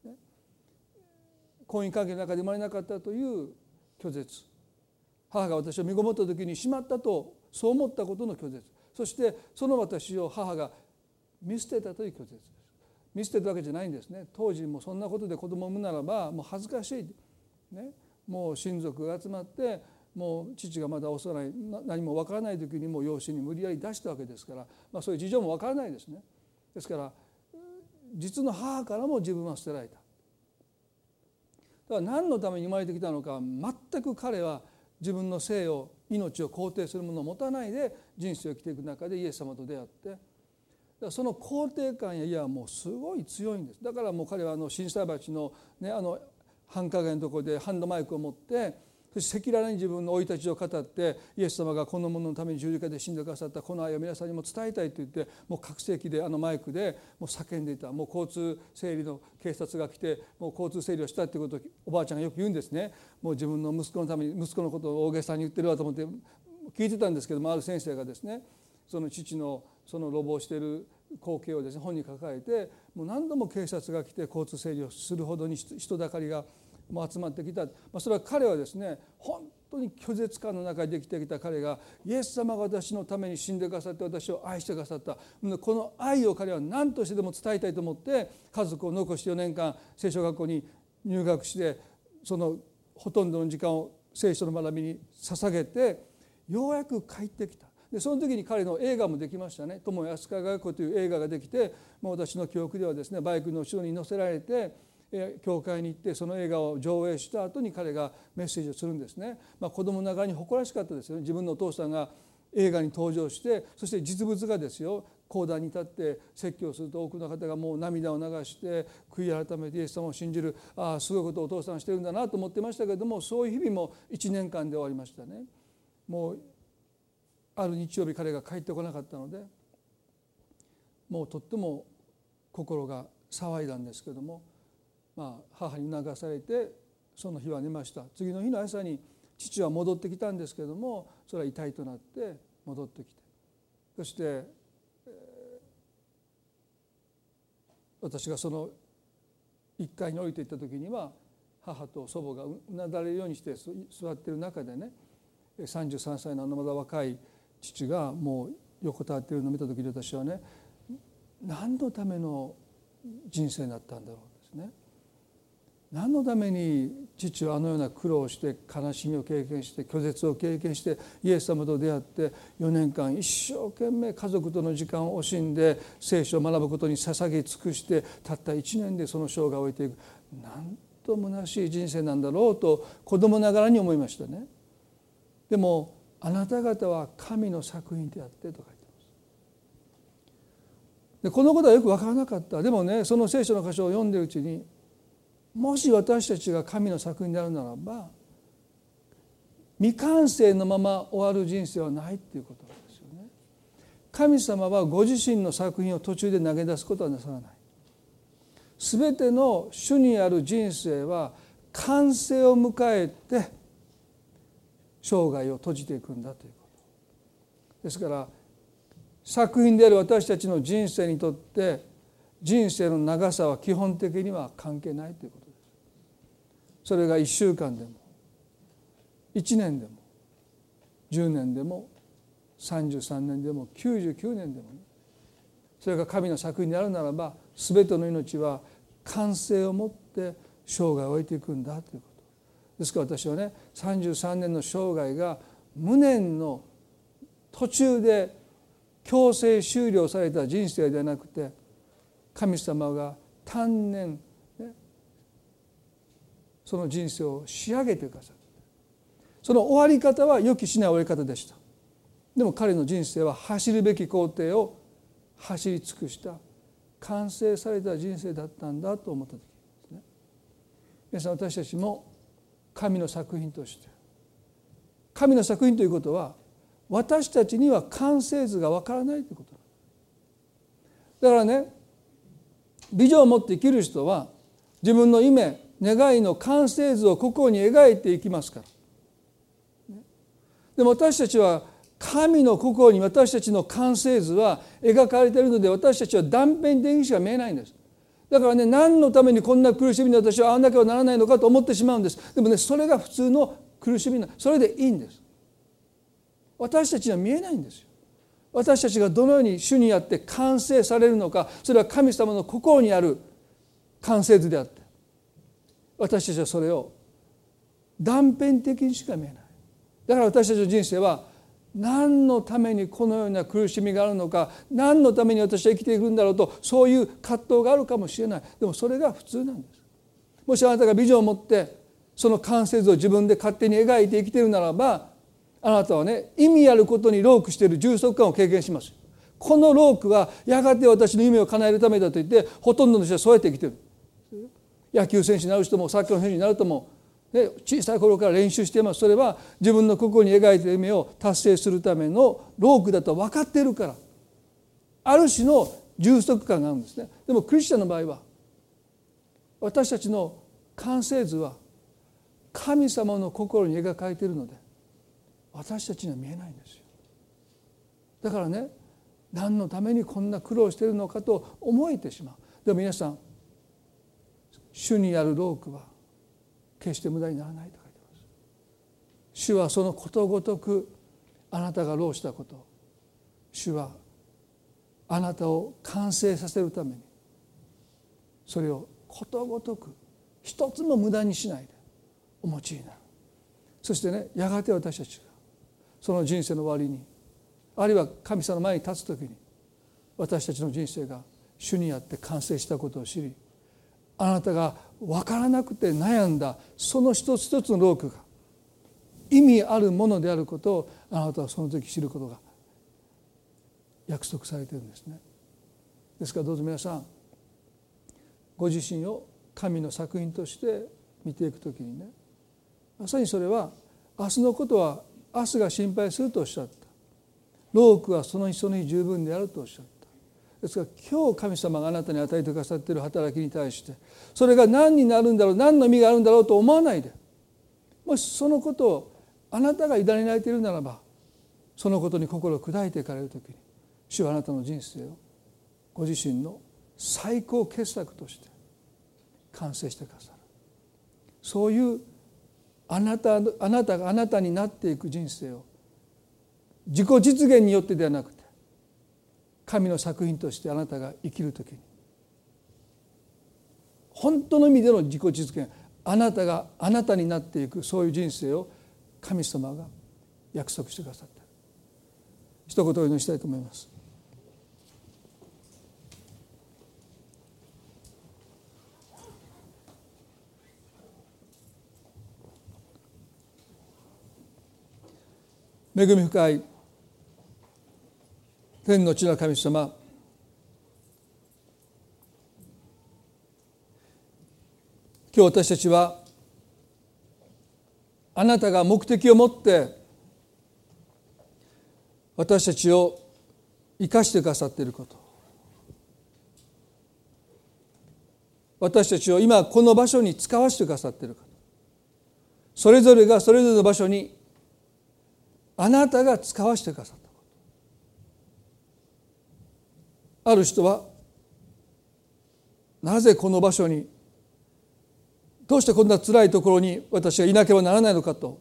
Speaker 1: 婚姻関係の中で生まれなかったという拒絶、母が私を身ごもった時にしまったとそう思ったことの拒絶、そしてその私を母が見捨てたという拒絶です。見捨てたわけじゃないんですね。当時もそんなことで子供を産むならばもう恥ずかしい、ね、もう親族が集まってもう父がまだ幼い何も分からない時にもう養子に無理やり出したわけですから、まあ、そういう事情も分からないですね。ですから実の母からも自分は捨てられた。だから何のために生まれてきたのか全く彼は自分の生を命を肯定するものを持たないで人生を生きていく中でイエス様と出会って、だからその肯定感やいやもうすごい強いんです。だからもう彼はあの心斎橋のねあの繁華街のところでハンドマイクを持ってそして赤裸々に自分の生い立ちを語ってイエス様がこの者のために十字架で死んでくださったこの愛を皆さんにも伝えたいと言ってもう拡声器であのマイクでもう叫んでいた。もう交通整理の警察が来てもう交通整理をしたっていうことをおばあちゃんがよく言うんですね。もう自分の息子のために息子のことを大げさに言ってるわと思って聞いてたんですけども、ある先生がですねその父のその路傍している光景をですね本に抱えてもう何度も警察が来て交通整理をするほどに人だかりがもう集まってきた。それは彼はですね本当に拒絶感の中で生きてきた彼がイエス様が私のために死んでくださって私を愛してくださったこの愛を彼は何としてでも伝えたいと思って家族を残してよねんかん聖書学校に入学してそのほとんどの時間を聖書の学びに捧げてようやく帰ってきた。でその時に彼の映画もできましたね。友安川学校という映画ができて、まあ、私の記憶ではですねバイクの後ろに乗せられて教会に行ってその映画を上映した後に彼がメッセージをするんですね。まあ、子供ながらに誇らしかったですよね。自分のお父さんが映画に登場してそして実物がですよ講談に立って説教すると多くの方がもう涙を流して悔い改めてイエス様を信じる、ああすごいことをお父さんしてるんだなと思ってましたけれども、そういう日々もいちねんかんで終わりましたね。もうある日曜日彼が帰ってこなかったのでもうとっても心が騒いだんですけども、まあ、母に促されてその日は寝ました。次の日の朝に父は戻ってきたんですけども、それは遺体となって戻ってきて、そして、えー、私がそのいっかいに降りていった時には母と祖母がうなだれるようにして座っている中でね、さんじゅうさんさいのあのまだ若い父がもう横たわっているのを見た時に私はね、何のための人生だったんだろうですね。何のために父はあのような苦労をして悲しみを経験して拒絶を経験してイエス様と出会ってよねんかん一生懸命家族との時間を惜しんで聖書を学ぶことに捧げ尽くしてたったいちねんでその生涯を終えていく、なんと虚しい人生なんだろうと子供ながらに思いましたね。でもあなた方は神の作品であってと書いてます。でこのことはよく分からなかった。でもね、その聖書の箇所を読んでいるうちに、もし私たちが神の作品であるならば、未完成のまま終わる人生はないっていうことですよね。神様はご自身の作品を途中で投げ出すことはなさらない。すべての主にある人生は完成を迎えて生涯を閉じていくんだということ。ですから作品である私たちの人生にとって人生の長さは基本的には関係ないということです。それがいっしゅうかんでもいちねんでもじゅうねんでもさんじゅうさんねんでもきゅうじゅうきゅうねんでも、ね、それが神の作品であるならば、すべての命は完成をもって生涯を終えていくんだということですから、私はね、さんじゅうさんねんの生涯が無念の途中で強制終了された人生ではなくて、神様が単年、ね、その人生を仕上げてくださる。その終わり方は予期しない終わり方でした。でも彼の人生は走るべき工程を走り尽くした完成された人生だったんだと思った時ですね。皆さん、私たちも神の作品として、神の作品ということは私たちには完成図がわからないということだからね、ビジョンを持って生きる人は自分の夢願いの完成図を心に描いていきますから。でも私たちは神の心に私たちの完成図は描かれているので、私たちは断片的にしか見えないんです。だからね、何のためにこんな苦しみに私は遭わなければならないのかと思ってしまうんです。でもね、それが普通の苦しみな、それでいいんです。私たちには見えないんですよ。私たちがどのように主にあって完成されるのか、それは神様の心にある完成図であって、私たちはそれを断片的にしか見えない。だから私たちの人生は何のためにこのような苦しみがあるのか、何のために私は生きていくんだろうと、そういう葛藤があるかもしれない。でもそれが普通なんです。もしあなたがビジョンを持ってその完成図を自分で勝手に描いて生きているならば、あなたはね、意味あることにロークしている充足感を経験します。このロークはやがて私の夢を叶えるためだと言って、ほとんどの人はそうやって生きている。野球選手になる人もサッカーの選手になる人も、ね、小さい頃から練習しています。それは自分の心に描いている夢を達成するためのロークだと分かっているから、ある種の充足感があるんですね。でもクリスチャンの場合は、私たちの完成図は神様の心に描かれているので、私たちには見えないんですよ。だからね、何のためにこんな苦労しているのかと思えてしまう。でも皆さん、主にあるロークは決して無駄にならないと書いてます。主はそのことごとくあなたが労したこと、主はあなたを完成させるためにそれをことごとく一つも無駄にしないでお持ちになる。そしてね、やがて私たちがその人生の終わりに、あるいは神様の前に立つときに、私たちの人生が主にあって完成したことを知り、あなたが分からなくて悩んだその一つ一つのロークが意味あるものであることを、あなたはその時知ることが約束されているんですね。ですからどうぞ皆さん、ご自身を神の作品として見ていくときにね、まさにそれは明日のことは明日が心配するとおっしゃった。労苦はその日その日十分であるとおっしゃった。ですから今日神様があなたに与えてくださっている働きに対して、それが何になるんだろう、何の意味があるんだろうと思わないで、もしそのことをあなたが委ねられているならば、そのことに心を砕いていかれるときに、主はあなたの人生をご自身の最高傑作として完成してくださる。そういうあなた、あなたがあなたになっていく人生を自己実現によってではなくて、神の作品としてあなたが生きるときに、本当の意味での自己実現、あなたがあなたになっていく、そういう人生を神様が約束してくださった。一言お祈りしたいと思います。 恵み深い天の地の神様、今日私たちはあなたが目的を持って私たちを生かしてくださっていること、私たちを今この場所に使わせてくださっていること、それぞれがそれぞれの場所にあなたが使わせてくださったこと。ある人はなぜこの場所に、どうしてこんな辛いところに私がいなければならないのかと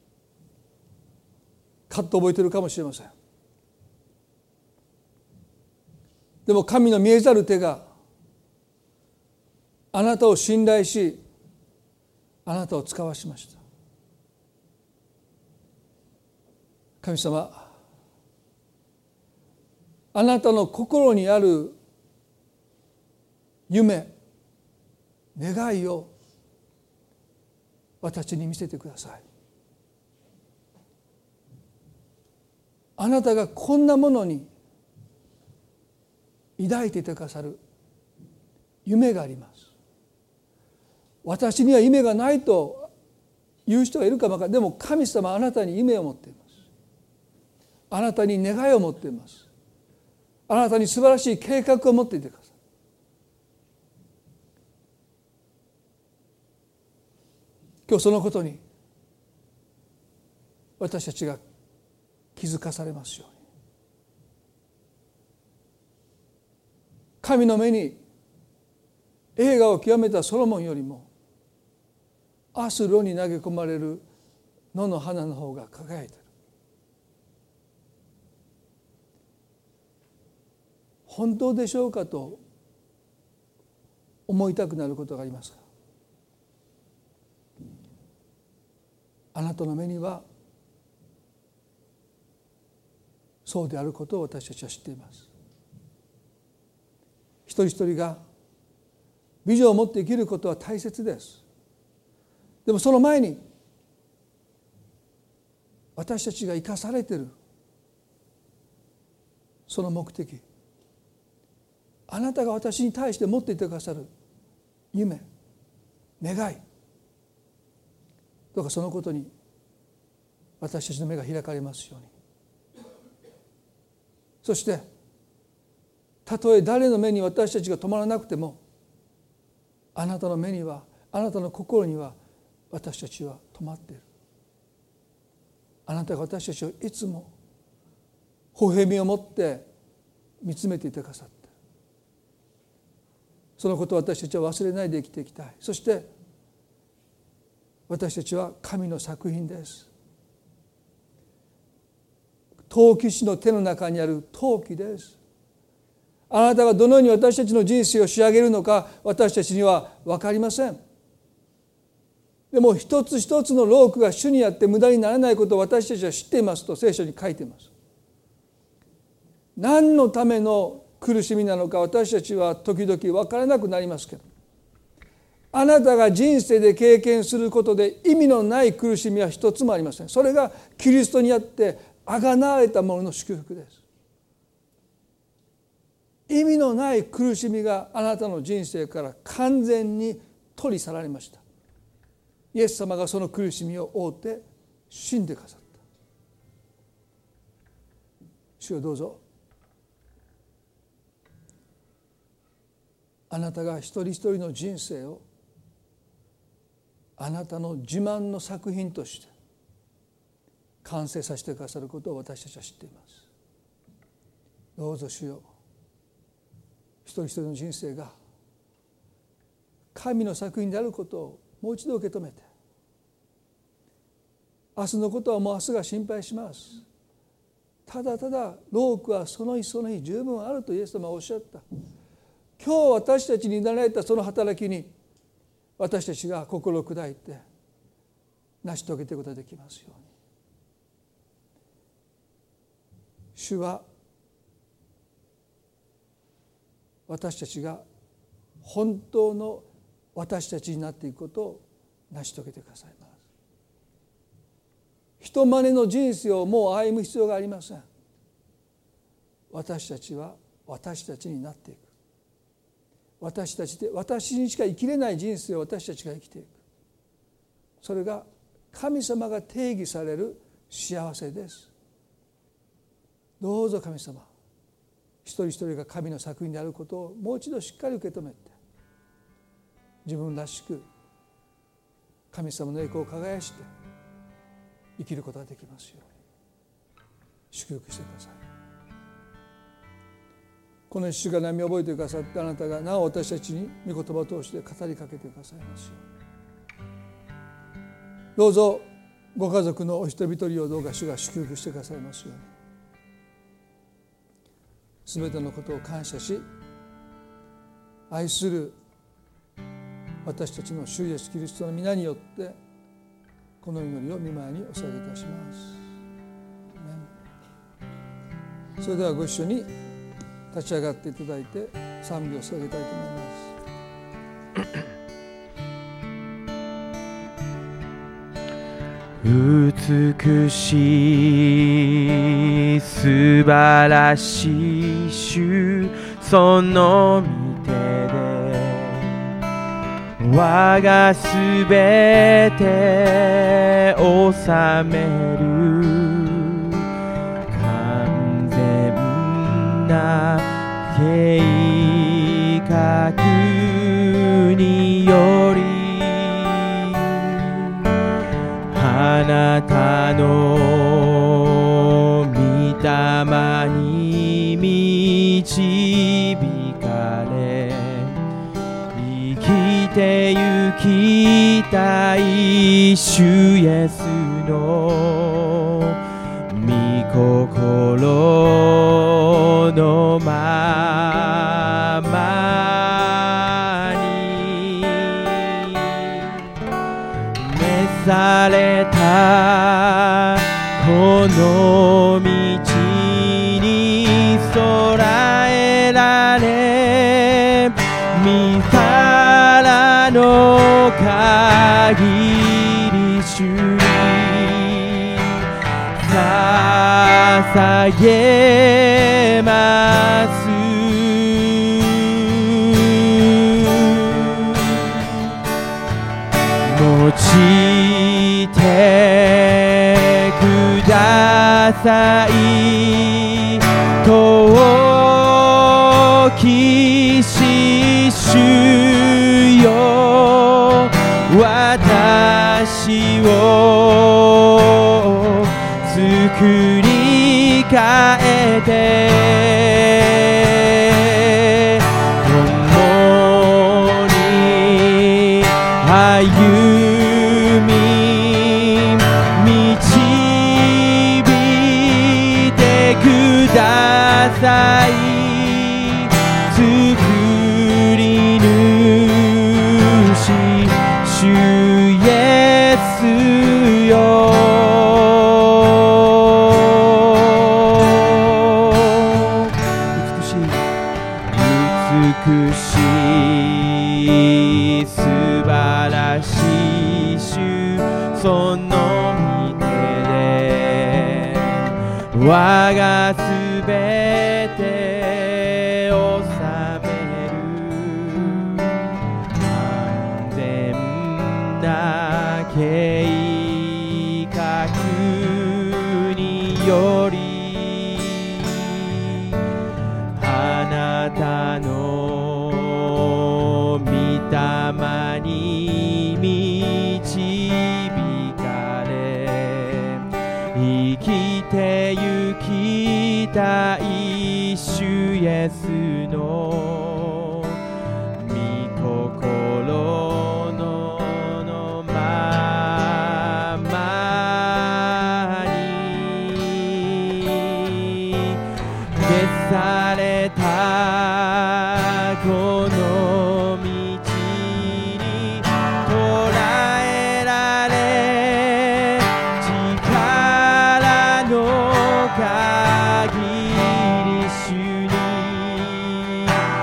Speaker 1: 葛藤を覚えているかもしれません。でも神の見えざる手があなたを信頼し、あなたを使わしました。神様、あなたの心にある夢、願いを私に見せてください。あなたがこんなものに抱いていてくださる夢があります。私には夢がないという人がいるかもわからない。でも神様はあなたに夢を持っています。あなたに願いを持っています。あなたに素晴らしい計画を持っていてください。今日そのことに私たちが気づかされますように。神の目に栄華を極めたソロモンよりもアスロに投げ込まれる野の花の方が輝いている。本当でしょうかと思いたくなることがありますか。あなたの目にはそうであることを私たちは知っています。一人一人がビジョンを持って生きることは大切です。でもその前に私たちが生かされているその目的、あなたが私に対して持っていてくださる夢、願い、どうかそのことに私たちの目が開かれますように。そしてたとえ誰の目に私たちが止まらなくても、あなたの目には、あなたの心には私たちは止まっている。あなたが私たちをいつも微笑みを持って見つめていてくださって、そのことを私たちは忘れないで生きていきたい。そして私たちは神の作品です。陶器師の手の中にある陶器です。あなたがどのように私たちの人生を仕上げるのか私たちには分かりません。でも一つ一つの労苦が主にあって無駄にならないことを私たちは知っていますと聖書に書いています。何のための苦しみなのか私たちは時々分からなくなりますけど、あなたが人生で経験することで意味のない苦しみは一つもありません。それがキリストにあってあがなわれたものの祝福です。意味のない苦しみがあなたの人生から完全に取り去られました。イエス様がその苦しみを負って死んでくださった。主よ、どうぞあなたが一人一人の人生をあなたの自慢の作品として完成させてくださることを私たちは知っています。どうぞ主よ、一人一人の人生が神の作品であることをもう一度受け止めて、明日のことはもう明日が心配します、ただただ労苦はその日その日十分あるとイエス様はおっしゃった。今日私たちに委ねられたその働きに私たちが心を砕いて成し遂げていくことができますように。主は私たちが本当の私たちになっていくことを成し遂げてくださいます。 人真似の人生をもう歩む必要がありません。私たちは私たちになっていく。私たちで私にしか生きれない人生を私たちが生きていく。それが神様が定義される幸せです。どうぞ神様、一人一人が神の作品であることをもう一度しっかり受け止めて、自分らしく神様の栄光を輝して生きることができますように祝福してください。この一週間の歩みを覚えてくださって、あなたがなお私たちに御言葉を通して語りかけてくださいますように。どうぞご家族のお一人一人をどうか主が祝福してくださいますように。すべてのことを感謝し、愛する私たちの主イエスキリストの皆によってこの祈りを御前にお捧げいたします。それではご一緒に立ち上がっていただいて賛美を捧げたいと思います。
Speaker 2: 美しい素晴らしい主、その御手で我がすべて治める完全な計画により、あなたの御霊に導かれ、生きてゆきたい主イエスの御心のままに召されたこの道に備えられ、御腹の限り主に捧げます。用いてください、遠きし主よ、私を作り変えて、共に歩み導いてください、作り主主イエスよ。美しい素晴らしい主、その御手で我がすべて治める完全な計画により、あなたの御霊に導かれ、生きてゆきたい主イエスの御心のままに召されたこの道に捉えられ、力の限り主に捧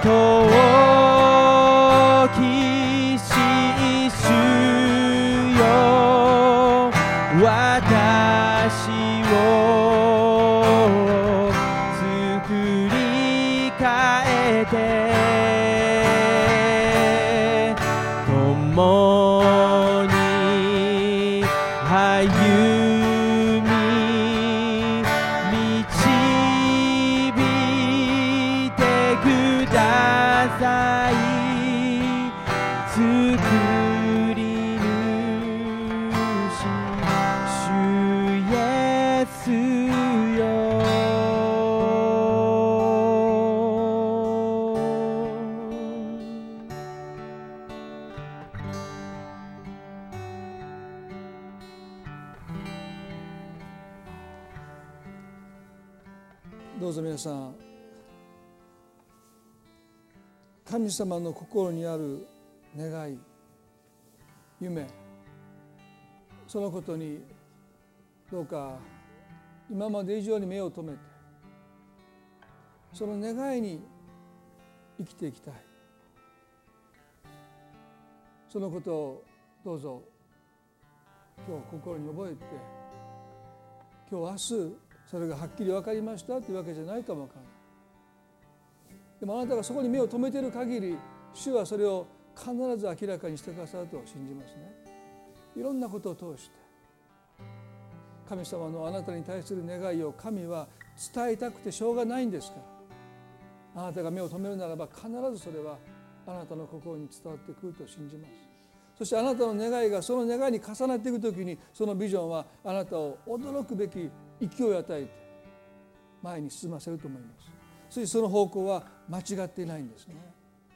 Speaker 2: 遠きし主よ私を作り変えて共に歩み導いてください作り主主イエスよ
Speaker 1: どうぞ皆さん、神様の心にある願い、夢、そのことにどうか今まで以上に目を留めて、その願いに生きていきたい。そのことをどうぞ今日心に覚えて、今日明日それがはっきり分かりましたというわけじゃないかもわからない。でもあなたがそこに目を留めている限り、主はそれを必ず明らかにしてくださると信じますね。いろんなことを通して神様のあなたに対する願いを神は伝えたくてしょうがないんですから、あなたが目を留めるならば必ずそれはあなたの心に伝わってくると信じます。そしてあなたの願いがその願いに重なっていくときに、そのビジョンはあなたを驚くべき勢いを与えて前に進ませると思います。そしてその方向は間違っていないんですね。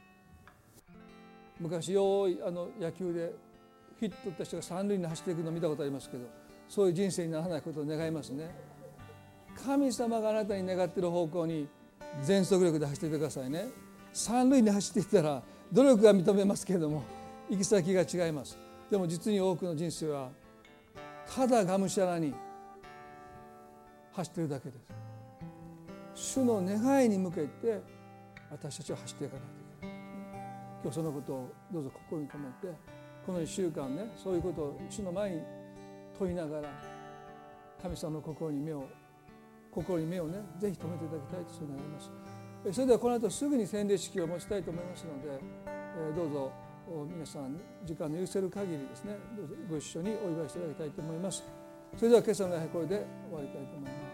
Speaker 1: 昔よいあの野球でヒット打った人が三塁に走っていくのを見たことありますけど、そういう人生にならないことを願いますね。神様があなたに願っている方向に全速力で走っていってくださいね。三塁に走っていったら努力が認めますけれども行き先が違います。でも実に多くの人生はただがむしゃらに走っているだけです。主の願いに向けて私たちは走っていかないといけない。今日そのことをどうぞ心に留めて、このいっしゅうかんね、そういうことを主の前に問いながら、神様の心に目を心に目をね、ぜひ留めていただきたいとそう願います。それではこの後すぐに洗礼式を持ちたいと思いますので、どうぞ皆さん時間の許せる限りですね、どうぞご一緒にお祝いしていただきたいと思います。それでは今朝の礼拝これで終わりたいと思います。